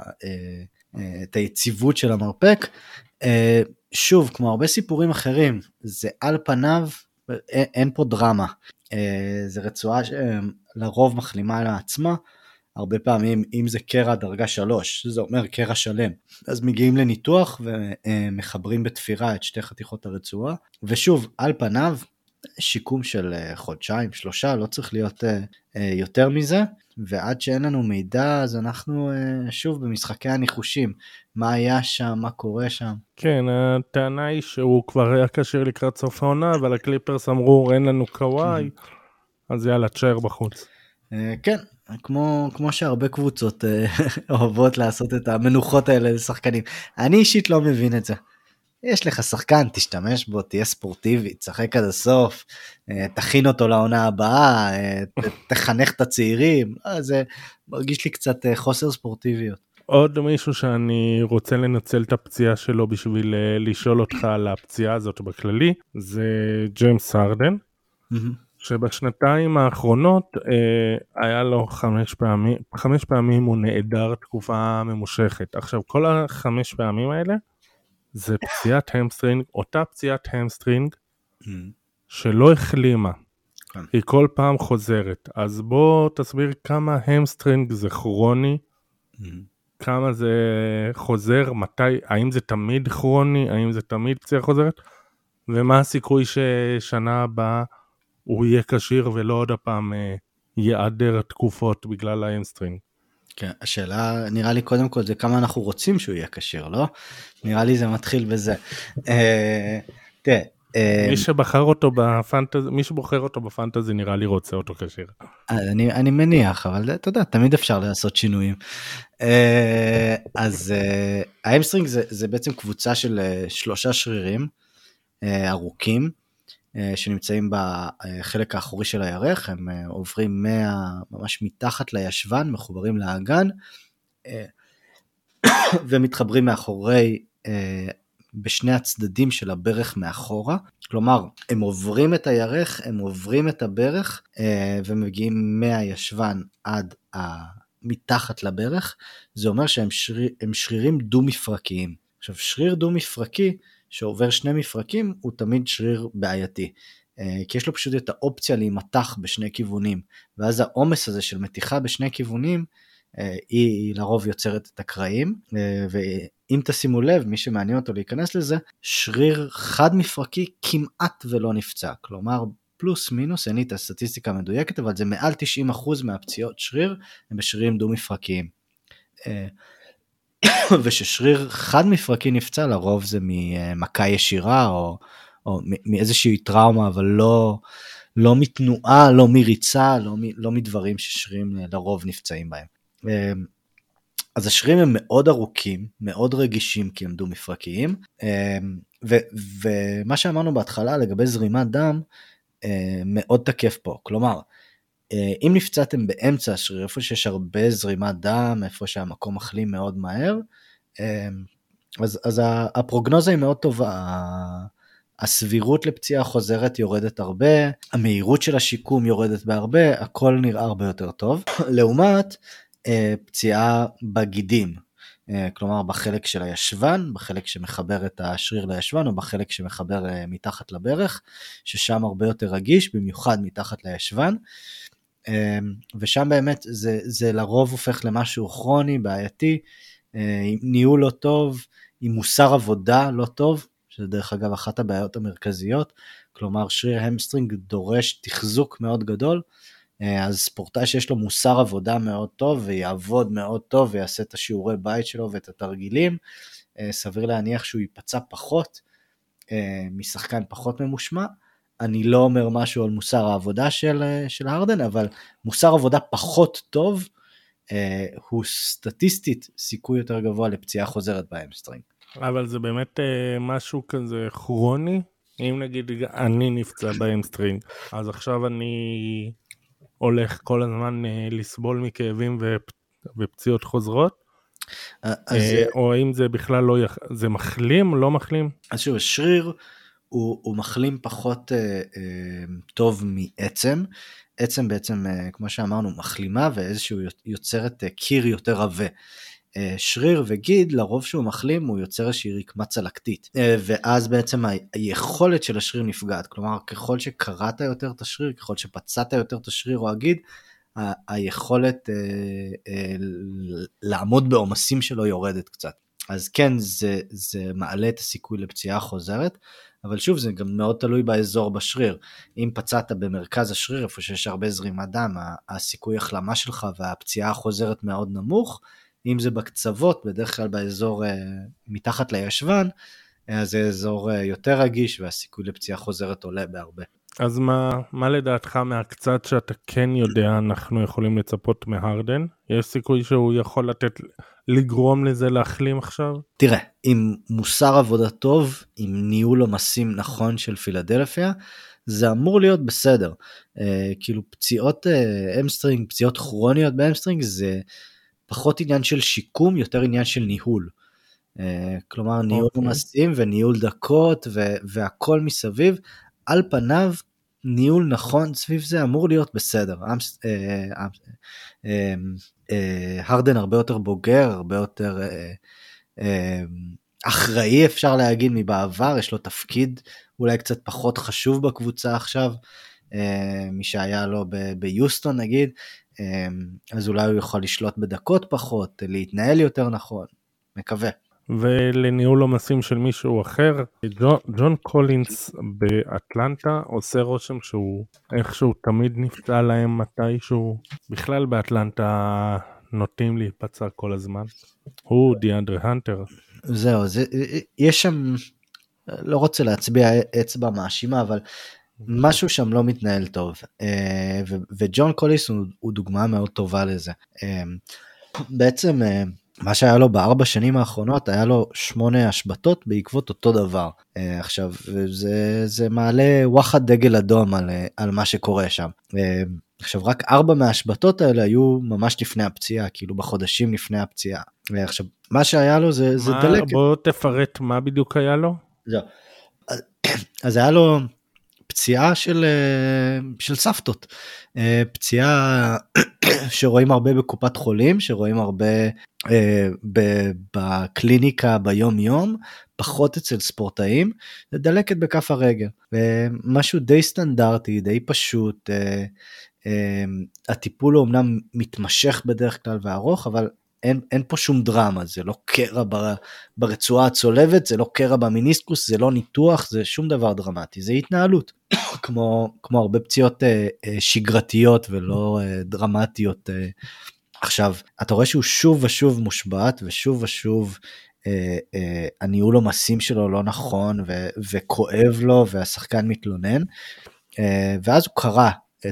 את היציבות של המרפק. שוב, כמו הרבה סיפורים אחרים, זה על פניו, אין פה דרמה. זה רצועה שלרוב מחלימה לעצמה, הרבה פעמים אם זה קרע דרגה 3, זה אומר קרע שלם. אז מגיעים לניתוח ומחברים בתפירה את שתי חתיכות הרצועה, ושוב, על פניו, שיקום של 1-2-3, לא צריך להיות יותר מזה, ועד שאין לנו מידע, אז אנחנו שוב במשחקי הניחושים, מה היה שם, מה קורה שם. כן, הטענה היא שהוא כבר היה קשר לקראת סוף העונה, אבל הקליפרס אמרו, אין לנו קוואי, אז יאללה, תשאר בחוץ. כן, כמו שהרבה קבוצות אוהבות לעשות את המנוחות האלה לשחקנים. אני אישית לא מבין את זה. יש לך שחקן, תשתמש בו, תהיה ספורטיבי, תשחק עד הסוף, תכין אותו לעונה הבאה, תחנך את הצעירים, זה מרגיש לי קצת חוסר ספורטיביות. עוד מישהו שאני רוצה לנצל את הפציעה שלו בשביל לשאול אותך על הפציעה הזאת בכללי, זה ג'יימס הרדן, שבשנתיים האחרונות היה לו 5 פעמים הוא נעדר תקופה ממושכת. עכשיו כל ה5 פעמים האלה, זה פציעת המסטרינג, אותה פציעת המסטרינג שלא החלימה, היא כל פעם חוזרת. אז בוא תסביר כמה המסטרינג זה כרוני, כמה זה חוזר, מתי, האם זה תמיד כרוני, האם זה תמיד פציעה חוזרת, ומה הסיכוי ששנה הבאה הוא יהיה קשיר ולא עוד הפעם יעדר תקופות בגלל ההמסטרינג. כן, השאלה נראה לי קודם כל זה כמה אנחנו רוצים שהוא יהיה קשיר, לא? נראה לי זה מתחיל בזה. תראה, מי שבחר אותו בפנטזי, מי שבוחר אותו בפנטזי נראה לי רוצה אותו קשיר. אני מניח, אבל אתה יודע, תמיד אפשר לעשות שינויים. אז ההמסטרינג זה בעצם קבוצה של 3 שרירים ארוכים, שנמצאים בחלק האחורי של הירך, הם עוברים ממש מתחת לישבן, מחוברים לאגן, ומתחברים מאחורי, בשני הצדדים של הברך מאחורה, כלומר, הם עוברים את הירך, הם עוברים את הברך, ומגיעים מהישבן עד מתחת לברך, זה אומר שהם שרירים דו-מפרקיים. עכשיו, שריר דו-מפרקי, שעובר 2 מפרקים, הוא תמיד שריר בעייתי, כי יש לו פשוט את האופציה להימתח בשני כיוונים, ואז העומס הזה של מתיחה בשני כיוונים, היא לרוב יוצרת את הקרעים, ואם תשימו לב, מי שמעניין אותו להיכנס לזה, שריר חד מפרקי כמעט ולא נפצע, כלומר פלוס מינוס, אין לי את הסטטיסטיקה המדויקת, אבל זה מעל 90% מהפציעות שריר, הם בשרירים דו מפרקיים. וששריר חד מפרקי נפצע, לרוב זה ממכה ישירה, או מאיזושהי טראומה, אבל לא מתנועה, לא מריצה, לא מדברים ששרירים לרוב נפצעים בהם. אז השרירים הם מאוד ארוכים, מאוד רגישים, כי הם דו מפרקיים, ומה שאמרנו בהתחלה לגבי זרימת דם, מאוד תקף פה, כלומר, אם נפצעתם באמצע השריר, איפה שיש הרבה זרימת דם, איפה שהמקום מחלים מאוד מהר, אז הפרוגנוזה היא מאוד טובה, הסבירות לפציעה חוזרת יורדת הרבה, המהירות של השיקום יורדת בהרבה, הכל נראה הרבה יותר טוב, לעומת פציעה בגידים, כלומר בחלק של הישבן, בחלק שמחבר את השריר לישבן, או בחלק שמחבר מתחת לברך, ששם הרבה יותר רגיש, במיוחד מתחת לישבן, ושם באמת זה לרוב הופך למשהו כרוני, בעייתי, עם ניהול לא טוב, עם מוסר עבודה לא טוב, שזה דרך אגב אחת הבעיות המרכזיות, כלומר שריר המסטרינג דורש תחזוק מאוד גדול, אז ספורטאי שיש לו מוסר עבודה מאוד טוב, ויעבוד מאוד טוב, ויעשה את השיעורי בית שלו ואת התרגילים, סביר להניח שהוא ייפצע פחות, משחקן פחות ממושמע. אני לא אומר משהו על מוסר העבודה של הרדן, אבל מוסר עבודה פחות טוב, הוא סטטיסטית סיכוי יותר גבוה לפציעה חוזרת בהמסטרינג. אבל זה באמת משהו כזה כרוני, אם נגיד אני נפצע בהמסטרינג, אז עכשיו אני הולך כל הזמן לסבול מכאבים ופציעות חוזרות, או האם זה בכלל לא, זה מחלים, לא מחלים? אז שוב, השריר הוא מחלים פחות טוב מעצם, עצם בעצם, כמו שאמרנו, מחלימה ואיזשהו יוצרת קיר יותר רווה. שריר וגיד, לרוב שהוא מחלים, הוא יוצר איזושהי רקמה צלקתית, ואז בעצם היכולת של השריר נפגעת, כלומר, ככל שקראת יותר את השריר, ככל שפצעת יותר את השריר או הגיד, היכולת לעמוד בעומסים שלו יורדת קצת. אז כן, זה מעלה את הסיכוי לפציעה חוזרת, אבל שוב, זה גם מאוד תלוי באזור בשריר. אם פצעת במרכז השריר, איפה שיש הרבה זרימת דם, הסיכוי החלמה שלך והפציעה החוזרת מאוד נמוך, אם זה בקצוות, בדרך כלל באזור מתחת לישבן, אז זה אזור יותר רגיש, והסיכוי לפציעה חוזרת עולה בהרבה. אז מה לדעתך מהקצת שאתה כן יודע, אנחנו יכולים לצפות מהרדן? יש סיכוי שהוא יכול לגרום לזה להחלים עכשיו? תראה, עם מוסר עבודה טוב, עם ניהול עומסים נכון של פילדלפיה, זה אמור להיות בסדר. כאילו פציעות המסטרינג, פציעות כרוניות בהמסטרינג, זה פחות עניין של שיקום, יותר עניין של ניהול. כלומר, ניהול עומסים וניהול דקות והכל מסביב, על פניו, ניהול נכון סביב זה אמור להיות בסדר. הרדן הרבה יותר בוגר, הרבה יותר אחראי אפשר להגיד מבעבר, יש לו תפקיד אולי קצת פחות חשוב בקבוצה עכשיו, משהיה לו ביוסטון נגיד, אז אולי הוא יכול לשלוט בדקות פחות, להתנהל יותר נכון, מקווה. ולניהול עומסים של מישהו אחר, ג'ון קולינס באטלנטה עושה רושם שהוא איכשהו תמיד נפצע להם מתישהו, בכלל באטלנטה נוטים להיפצע כל הזמן, הוא דיאנדרה הנטר. זהו, יש שם, לא רוצה להצביע אצבע מאשימה, אבל משהו שם לא מתנהל טוב, וג'ון קולינס הוא דוגמה מאוד טובה לזה. בעצם מה שהיה לו ב4 שנים האחרונות, היה לו 8 השבתות בעקבות אותו דבר. עכשיו, זה מעלה וואחד דגל אדום על מה שקורה שם. עכשיו, רק 4 מההשבתות האלה היו ממש לפני הפציעה, כאילו בחודשים לפני הפציעה. עכשיו, מה שהיה לו זה דלקת. בוא תפרט מה בדיוק היה לו. אז היה לו פציעה של סבתות, פציעה שרואים הרבה בקופת חולים, שרואים הרבה בקליניקה ביום יום, פחות אצל ספורטאים, זה דלקת בכף הרגל, ומשהו די סטנדרטי, די פשוט, הטיפול הוא אמנם מתמשך בדרך כלל וארוך, אבל אין פה שום דרמה, זה לא קרע ברצועה הצולבת, זה לא קרע במיניסקוס, זה לא ניתוח, זה שום דבר דרמטי, זה התנהלות, כמו הרבה פציעות שגרתיות ולא דרמטיות. עכשיו, אתה רואה שהוא שוב ושוב מושבת, ושוב ושוב הניהול עומסים שלו לא נכון, וכואב לו, והשחקן מתלונן, ואז הוא קרא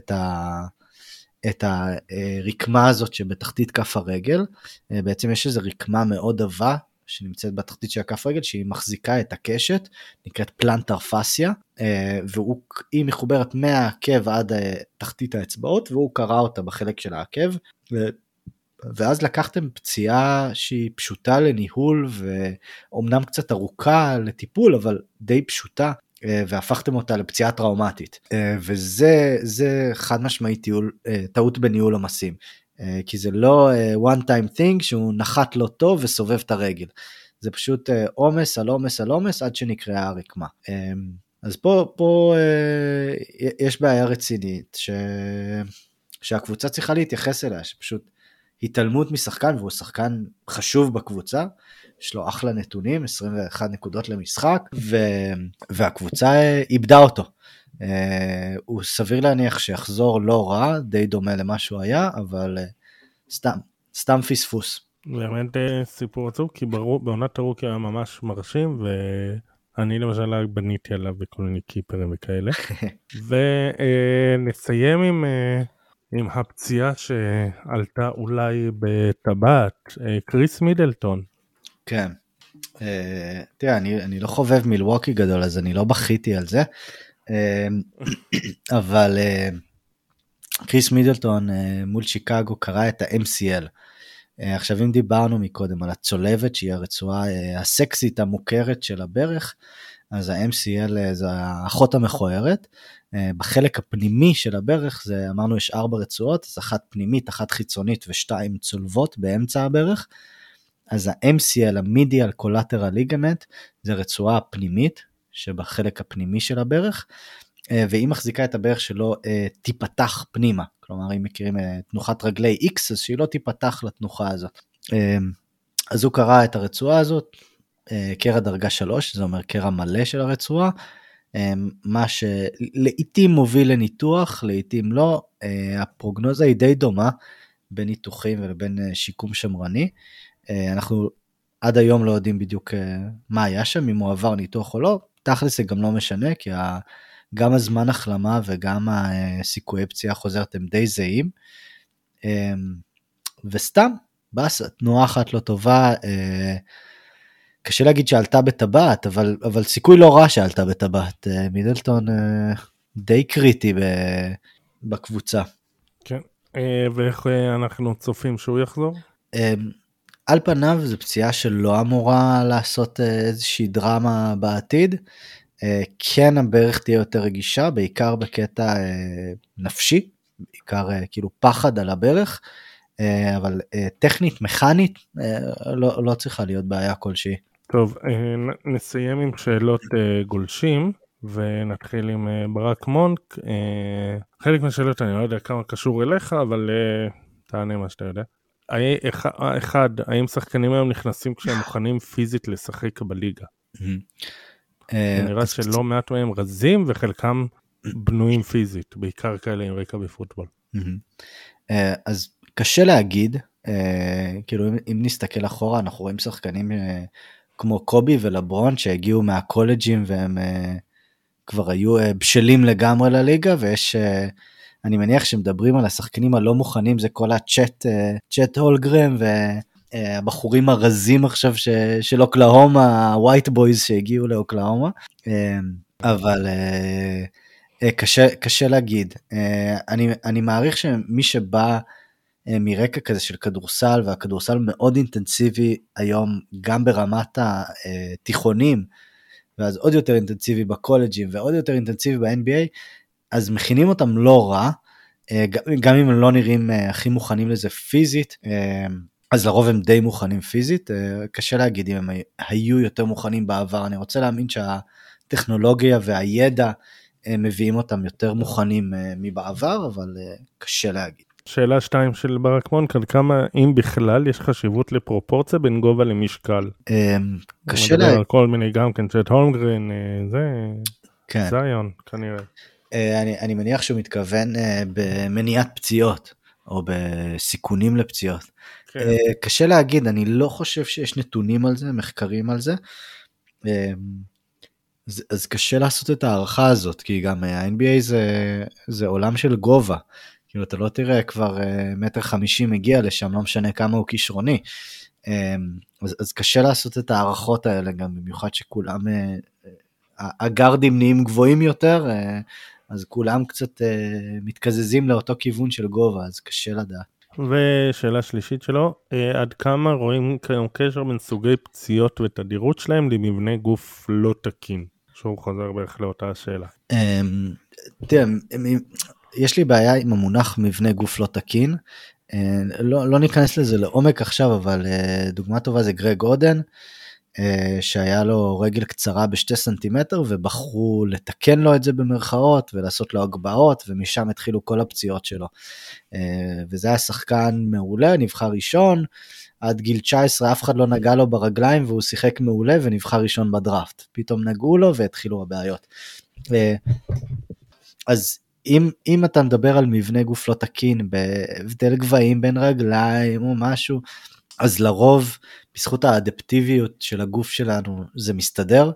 את הרקמה הזאת שבתחתית כף הרגל, בעצם יש איזו רקמה מאוד עבה, שנמצאת בתחתית של הכף רגל, שהיא מחזיקה את הקשת, נקראת פלנטר פסיה, והיא מחוברת מהעקב עד תחתית האצבעות, והוא קרא אותה בחלק של העקב, ואז לקחתם פציעה שהיא פשוטה לניהול, ואומנם קצת ארוכה לטיפול, אבל די פשוטה, והפכתם אותה לפציעה טראומטית, וזה חד משמעית טעות בניהול עומסים, כי זה לא one time thing שהוא נחת לא טוב וסובב את הרגל, זה פשוט עומס על עומס על עומס עד שנקראה הרקמה. אז פה יש בעיה רצינית שהקבוצה צריכה להתייחס אליה, שפשוט התעלמות משחקן, והוא שחקן חשוב בקבוצה, יש לו אחלה נתונים, 21 נקודות למשחק, והקבוצה איבדה אותו. הוא סביר להניח שיחזור לא רע, די דומה למה שהוא היה, אבל סתם פספוס. באמת סיפור עצוב, כי בעונת הרוקי היה ממש מרשים, ואני למשל בניתי עליו בכל מיני קיפרים וכאלה. ונסיים עם הפציעה שעלתה אולי בטבעת, קריס מידלטון. כן, תראה, אני לא חובב מילווקי גדול, אז אני לא בכיתי על זה, אבל קריס מידלטון מול שיקגו קרא את ה-MCL. עכשיו אם דיברנו מקודם על הצולבת, שהיא הרצועה הסקסית המוכרת של הברך, אז ה-MCL זה האחות המכוערת, בחלק הפנימי של הברך, זה אמרנו יש 4 רצועות, אז אחת פנימית, אחת חיצונית ו2 צולבות באמצע הברך, אז ה-MCL, ה-Medial Collateral Ligament, זה רצועה פנימית, שבחלק הפנימי של הברך, והיא מחזיקה את הברך שלו תיפתח פנימה, כלומר אם מכירים תנוחת רגלי X, אז שהיא לא תיפתח לתנוחה הזאת. אז הוא קרא את הרצועה הזאת, קרע דרגה 3, זה אומר קרע מלא של הרצועה, מה שלעיתים מוביל לניתוח, לעיתים לא, הפרוגנוזה היא די דומה, בין ניתוחים ובין שיקום שמרני, אנחנו עד היום לא יודעים בדיוק מה היה שם, אם הוא עבר ניתוח או לא, תכלס זה גם לא משנה, כי גם הזמן החלמה וגם הסיכויי פציעה חוזרת הם די זהים, וסתם, תנועה אחת לא טובה, קשה להגיד שעלתה בטבעת, אבל סיכוי לא רע שעלתה בטבעת, מידלטון די קריטי בקבוצה. כן, ואיך אנחנו צופים שהוא יחזור? על פניו זו פציעה שלא אמורה לעשות איזושהי דרמה בעתיד, כן הברך תהיה יותר רגישה, בעיקר בקטע נפשי, בעיקר כאילו פחד על הברך, אבל טכנית, מכנית, לא צריכה להיות בעיה כלשהי. טוב, נסיים עם שאלות גולשים, ונתחיל עם ברק מונק. חלק מהשאלות אני לא יודע כמה קשור אליך, אבל תענה מה שאתה יודע. אחד, האם שחקנים היום נכנסים כשהם מוכנים פיזית לשחק בליגה? נראה שלא מעט מהם רזים, וחלקם בנויים פיזית, בעיקר כאלה עם רקע בפוטבול. אז קשה להגיד, כאילו אם נסתכל אחורה, אנחנו רואים שחקנים כמו קובי ולברון, שהגיעו מהקולג'ים, והם כבר היו בשלים לגמרי לליגה, ויש, אני מניח שמדברים על השחקנים הלא מוכנים, זה כל הצ'אט הולגרם, והבחורים הרזים עכשיו של אוקלהומה, הווייט בויז שהגיעו לאוקלהומה, אבל קשה להגיד. אני מעריך שמי שבא מרקע כזה של כדורסל, והכדורסל מאוד אינטנסיבי היום, גם ברמת התיכונים, ואז עוד יותר אינטנסיבי בקולג'ים, ועוד יותר אינטנסיבי ב-NBA, אז מכינים אותם לא רע, גם אם הם לא נראים הכי מוכנים לזה פיזית, אז לרוב הם די מוכנים פיזית, קשה להגיד אם הם היו יותר מוכנים בעבר, אני רוצה להאמין שהטכנולוגיה והידע מביאים אותם יותר מוכנים מבעבר, אבל קשה להגיד. שאלה 2 של ברק מונק, עד כמה, אם בכלל, יש חשיבות לפרופורציה בין גובה למשקל? קשה להגיד. מדבר כל מיני גם כן, צ'אט הולמגרן, זיון, כנראה. אני מניח שהוא מתכוון במניעת פציעות, או בסיכונים לפציעות. קשה להגיד, אני לא חושב שיש נתונים על זה, מחקרים על זה, אז קשה לעשות את הערכה הזאת, כי גם ה-NBA זה עולם של גובה, כאילו אתה לא תראה כבר 1.50 מטר מגיע לשם, לא משנה כמה הוא כישרוני, אז קשה לעשות את הערכות האלה, גם במיוחד שכולם, הגרדים נהיים גבוהים יותר, אז כולם קצת מתקזזים לאותו כיוון של גובה, אז קשה לדעת. ושאלה שלישית שלו, עד כמה רואים כיום קשר בין סוגי פציעות ותדירות שלהם למבנה גוף לא תקין? שהוא חוזר בערך לאותה השאלה. תראה, יש לי בעיה עם המונח מבנה גוף לא תקין, לא ניכנס לזה לעומק עכשיו, אבל דוגמה טובה זה גרג אודן, שהיה לו רגל קצרה ב2 סנטימטר, ובחרו לתקן לו את זה במרכאות, ולעשות לו הגבהות, ומשם התחילו כל הפציעות שלו. וזה היה שחקן מעולה, נבחר ראשון, עד גיל 19 אף אחד לא נגע לו ברגליים, והוא שיחק מעולה, ונבחר ראשון בדראפט. פתאום נגעו לו, והתחילו הבעיות. אז אם אתה מדבר על מבנה גוף לא תקין, בהבדל גבהים בין רגליים או משהו, אז לרוב, בזכות האדפטיביות של הגוף שלנו, זה מסתדר,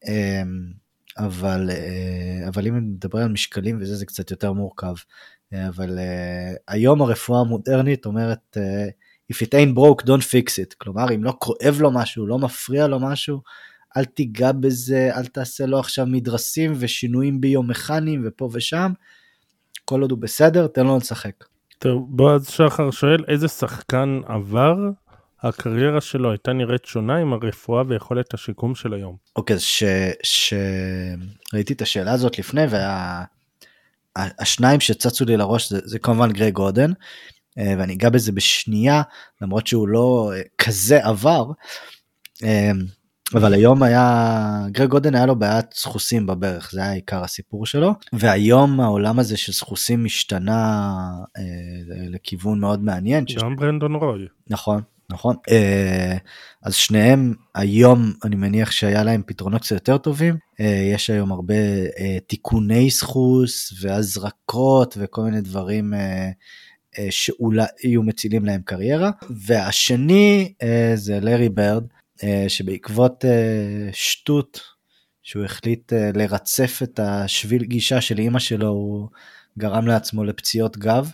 אבל אם מדבר על משקלים וזה, זה קצת יותר מורכב. אבל היום הרפואה המודרנית אומרת, if it ain't broke, don't fix it. כלומר, אם לא כואב לו משהו, לא מפריע לו משהו, אל תיגע בזה, אל תעשה לו עכשיו מדרסים ושינויים ביומכניים ופה ושם, כל עוד הוא בסדר, תן לו לשחק. טוב, בועז שחר שואל, איזה שחקן עבר הקריירה שלו הייתה נראית שונה עם הרפואה ויכולת השיקום של היום? אוקיי, ראיתי את השאלה הזאת לפני, והשניים שצצו לי לראש זה כמובן גרג אודן, ואני אגע בזה בשנייה, למרות שהוא לא כזה עבר, אבל היום גרג אודן היה לו בעיית סחוסים בברך, זה היה עיקר הסיפור שלו, והיום העולם הזה של סחוסים משתנה לכיוון מאוד מעניין. גם ברנדון רוי. נכון, אז שניהם היום אני מניח שהיה להם פתרונות קצת יותר טובים, יש היום הרבה תיקוני סחוס והזרקות וכל מיני דברים שאולי יהיו מצילים להם קריירה, והשני זה לארי ברד, שבעקבות שטות שהוא החליט לרצף את השביל גישה של אמא שלו, הוא גרם לעצמו לפציעות גב,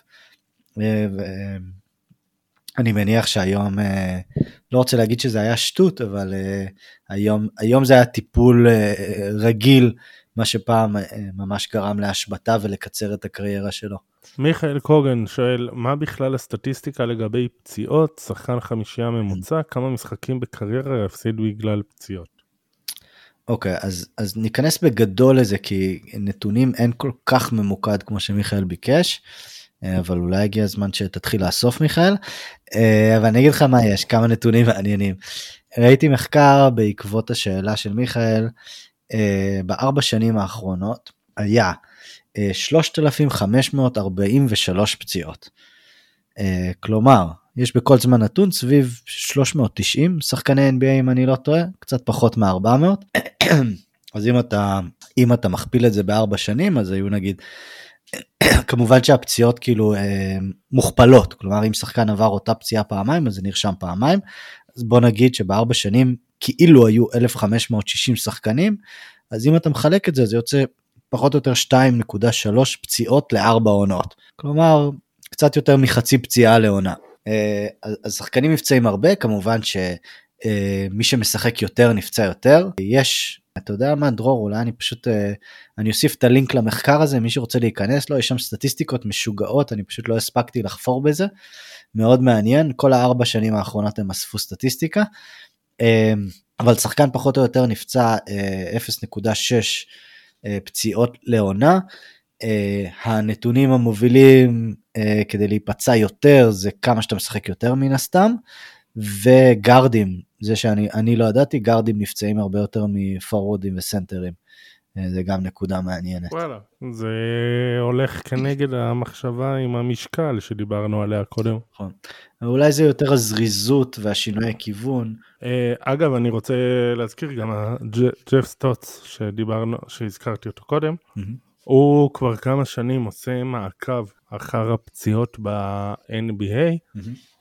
אני מניח שהיום, לא רוצה להגיד שזה היה שטות, אבל היום זה היה טיפול רגיל, מה שפעם ממש גרם להשבתה ולקצר את הקריירה שלו. מיכאל קוגן שואל, מה בכלל הסטטיסטיקה לגבי פציעות, שחקן 5 ממוצע, כמה משחקים בקריירה יפסיד בגלל פציעות? אוקיי, אז ניכנס בגדול לזה, כי נתונים אין כל כך ממוקד כמו שמיכאל ביקש, אבל אולי הגיע הזמן שתתחיל לאסוף מיכאל, אבל אני אגיד לך מה יש, כמה נתונים מעניינים. ראיתי מחקר בעקבות השאלה של מיכאל, ב4 שנים האחרונות היה 3,543 פציעות. כלומר, יש בכל זמן נתון סביב 390 שחקני NBA אם אני לא טועה, קצת פחות מ-400. אז אם אתה מכפיל את זה ב4 שנים, אז היו נגיד, כמובן שהפציעות כאילו מוכפלות, כלומר אם שחקן עבר אותה פציעה פעמיים, אז זה נרשם פעמיים, אז בוא נגיד שב4 שנים כאילו היו 1,560 שחקנים, אז אם אתה מחלק את זה, זה יוצא פחות או יותר 2.3 פציעות ל4 עונות. כלומר, קצת יותר מחצי פציעה לעונה. אז שחקנים נפצעים הרבה, כמובן שמי שמשחק יותר נפצע יותר. יש, אתה יודע מה דרור, אולי אני אוסיף את הלינק למחקר הזה, מי שרוצה להיכנס לו, יש שם סטטיסטיקות משוגעות, אני פשוט לא הספקתי לחפור בזה, מאוד מעניין, כל 4 שנים האחרונות הם אספו סטטיסטיקה, אבל שחקן פחות או יותר נפצע 0.6 פציעות לעונה, הנתונים המובילים כדי להיפצע יותר, זה כמה שאתה משחק יותר מן הסתם, וגרדים, זה שאני לא ידעתי, גרדים נפצעים הרבה יותר מפורורדים וסנטרים, זה גם נקודה מעניינת. וואלה, זה הולך כנגד המחשבה עם המשקל שדיברנו עליה קודם. נכון. אולי זה יותר הזריזות והשינוי כיוון. אגב, אני רוצה להזכיר גם ג'ף סטוץ שהזכרתי אותו קודם, הוא כבר כמה שנים עושה מעקב אחר הפציעות ב-NBA,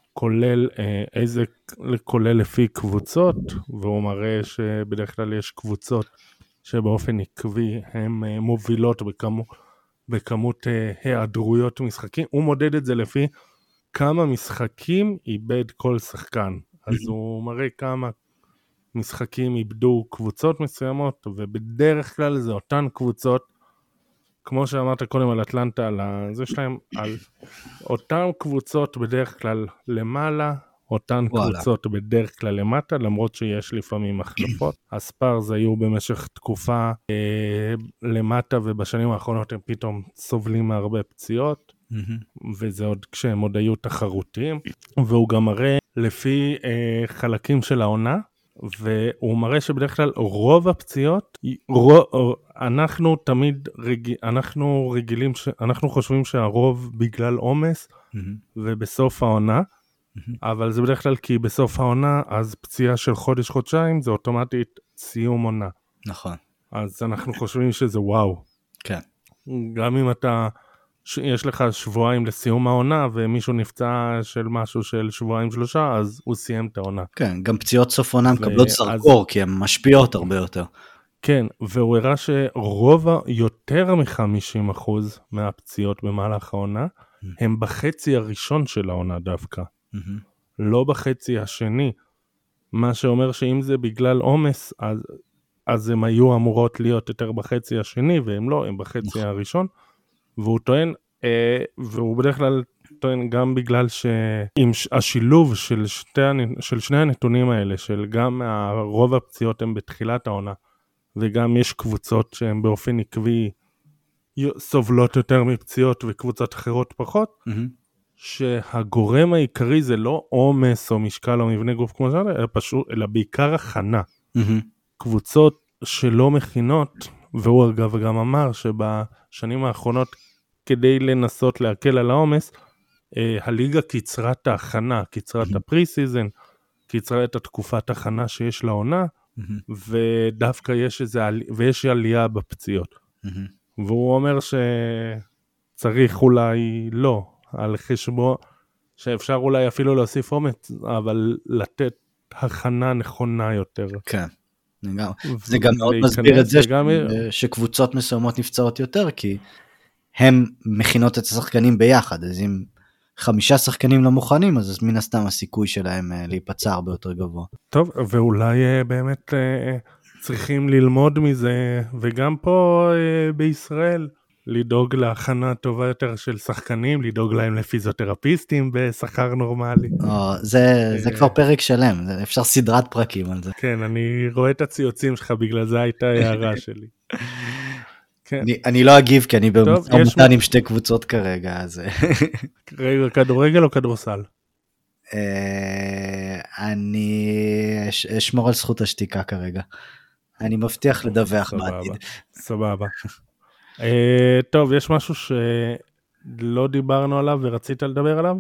כולל לפי קבוצות, והוא מראה שבדרך כלל יש קבוצות שבאופן עקבי הן מובילות בכמות היעדרויות משחקים. הוא מודד את זה לפי כמה משחקים איבד כל שחקן. אז הוא מראה כמה משחקים איבדו קבוצות מסוימות, ובדרך כלל זה אותן קבוצות, כמו שאמרת קודם על אטלנטה, זה שלהם על אותן קבוצות בדרך כלל למעלה, אותן קבוצות בדרך כלל למטה, למרות שיש לפעמים מחלפות. הספארס היו במשך תקופה למטה, ובשנים האחרונות הם פתאום סובלים מהרבה פציעות, וזה עוד כשהם עוד היו תחרותיים, והוא גם מראה לפי חלקים של העונה, והוא מראה שבדרך כלל רוב הפציעות, אנחנו תמיד אנחנו חושבים שהרוב בגלל עומס, ובסוף העונה, אבל זה בדרך כלל כי בסוף העונה, אז פציעה של חודש-חודשיים, זה אוטומטית סיום עונה. נכון. אז אנחנו חושבים שזה וואו. כן. גם אם יש לך שבועיים לסיום העונה, ומישהו נפצע של משהו של שבועיים-3, אז הוא סיים את העונה. כן, גם פציעות סוף עונה מקבלות זרקור, כי הן משפיעות הרבה יותר. כן, והוא הראה שרוב יותר מ-50% מהפציעות במהלך העונה, הם בחצי הראשון של העונה דווקא. לא בחצי השני, מה שאומר שאם זה בגלל עומס, אז הם היו אמורות להיות יותר בחצי השני, והם לא, הם בחצי הראשון, והוא טוען, והוא בדרך כלל טוען גם בגלל שעם השילוב של שני הנתונים האלה, של גם רוב הפציעות הם בתחילת העונה, וגם יש קבוצות שהן באופן עקבי סובלות יותר מפציעות, וקבוצות אחרות פחות, שהגורם העיקרי זה לא עומס או משקל או מבנה גוף כמו שאלה, אלא בעיקר הכנה. קבוצות שלא מכינות, והוא אגב גם אמר שבשנים האחרונות, כדי לנסות להקל על העומס, הליגה קיצרת ההכנה, קיצרת הפרי-סיזן, קיצרה את התקופת הכנה שיש לעונה, ודווקא ויש עלייה בפציעות. והוא אומר שצריך אולי לא, על חשבון, שאפשר אולי אפילו להוסיף אומץ, אבל לתת הכנה נכונה יותר. כן. זה גם מאוד מסביר את זה שקבוצות מסוימות נפצעות יותר, כי הם מכינות את השחקנים ביחד, אז אם 5 שחקנים לא מוכנים, אז מן הסתם הסיכוי שלהם להיפצע הרבה יותר גבוה. טוב, ואולי באמת צריכים ללמוד מזה, וגם פה בישראל, לדאוג להכנה טובה יותר של שחקנים, לדאוג להם לפיזיותרפיסטים בשכר נורמלי. זה כבר פרק שלם, אפשר סדרת פרקים על זה. כן, אני רואה את הציוצים שלך, בגלל זה הייתה הערה שלי. אני לא אגיב, כי אני במשא ומתן עם 2 קבוצות כרגע. רגע, כדורגל או כדורסל? אני אשמור על זכות השתיקה כרגע. אני מבטיח לדווח בעתיד. סבבה. טוב, יש משהו שלא דיברנו עליו ורצית לדבר עליו?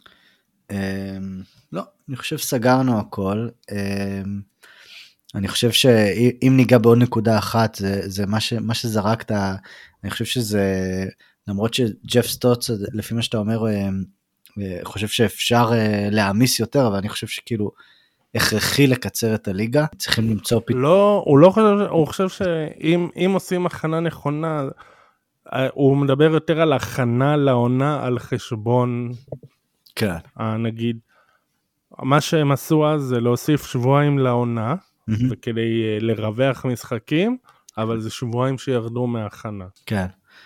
לא, אני חושב סגרנו הכל. אני חושב שאם ניגע בעוד נקודה אחת, זה מה שזרקת, אני חושב שזה, למרות שג'ף סטוץ, לפי מה שאתה אומר, חושב שאפשר להעמיס יותר, אבל אני חושב שכאילו, הכרחי לקצר את הליגה, צריכים למצוא פתרון. לא, הוא חושב שאם עושים הכנה נכונה, הוא מדבר יותר על הכנה לעונה על חשבון, כן. נגיד, מה שהם עשו אז זה להוסיף שבועיים לעונה, וכדי לרווח משחקים, אבל זה שבועיים שירדו מההכנה. כן.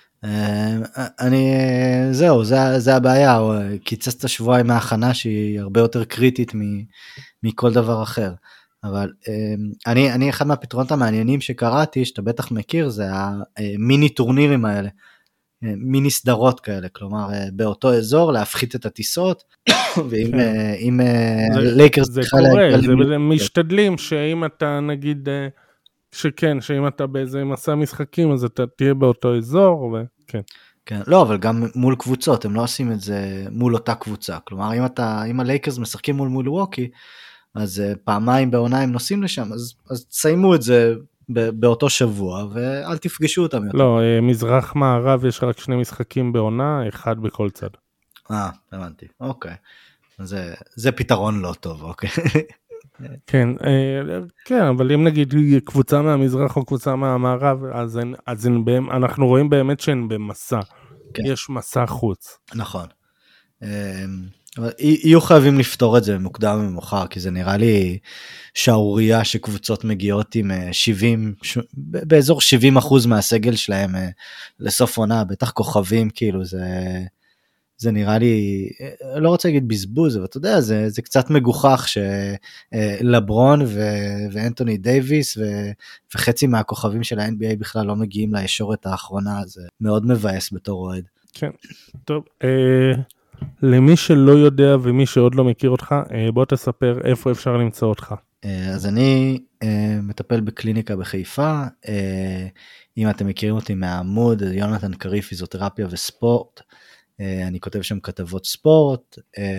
זהו, זה הבעיה, קיצצת שבועיים מההכנה שהיא הרבה יותר קריטית מכל דבר אחר. אבל אני אחד מהפתרונות המעניינים שקראתי, שאתה בטח מכיר, זה המיני טורנירים האלה, מיני סדרות כאלה, כלומר באותו אזור להפחית את הטיסות, ואם לייקרס זה קורה, זה משתדלים שאם אתה נגיד, שאם אתה באיזה מסע משחקים, אז אתה תהיה באותו אזור, וכן. כן, לא, אבל גם מול קבוצות, הם לא עושים את זה מול אותה קבוצה, כלומר אם הלייקרס משחקים מול מילווקי, אז פעמיים בעונה הם נוסעים לשם, אז תסיימו את זה באותו שבוע, ואל תפגשו אותם יותר. לא, מזרח מערב יש רק 2 משחקים בעונה, 1 בכל צד. הבנתי, אוקיי. זה פתרון לא טוב, אוקיי. כן, אבל אם נגיד קבוצה מהמזרח או קבוצה מהמערב, אז אנחנו רואים באמת שהן במסע. יש מסע חוץ. נכון. אבל יהיו חייבים לפתור את זה מוקדם ומאוחר, כי זה נראה לי שערוריה שקבוצות מגיעות עם 70, באזור 70% מהסגל שלהם לסוף עונה, בטח כוכבים, כאילו זה נראה לי, לא רוצה להגיד בזבוז, אבל אתה יודע, זה קצת מגוחך שלברון ואנטוני דייביס וחצי מהכוכבים של ה-NBA בכלל לא מגיעים לישורת האחרונה, זה מאוד מבאס בתור אוהד. כן, טוב. למי שלא יודע ומי שעוד לא מכיר אותך, בוא תספר איפה אפשר למצוא אותך. אז אני מטפל בקליניקה בחיפה, אם אתם מכירים אותי מהעמוד, יונתן קרי פיזיותרפיה וספורט, אני כותב שם כתבות ספורט,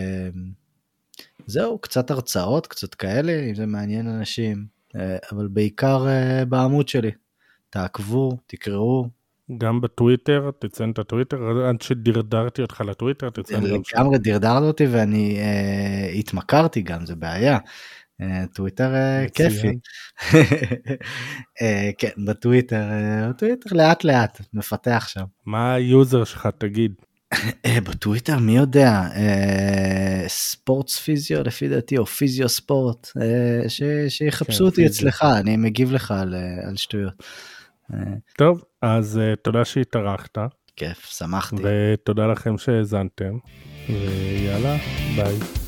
זהו, קצת הרצאות, קצת כאלה, אם זה מעניין אנשים, אבל בעיקר בעמוד שלי, תעקבו, תקראו, גם בטוויטר, תציין את הטוויטר, עד שדרדרתי אותך לטוויטר, תציין גם שם. לגמרי דרדרת אותי ואני התמכרתי גם, זה בעיה. טוויטר כיפי. כן, בטוויטר לאט לאט, מפתח שם. מה היוזר שלך, תגיד? בטוויטר, מי יודע? ספורטס פיזיו, לפי דעתי, או פיזיו ספורט, שיחפשו אותי אצלך, אני מגיב לך על שטויות. טוב, אז תודה שהתארחת. כיף, שמחתי. ותודה לכם שהאזנתם, ויאללה, ביי.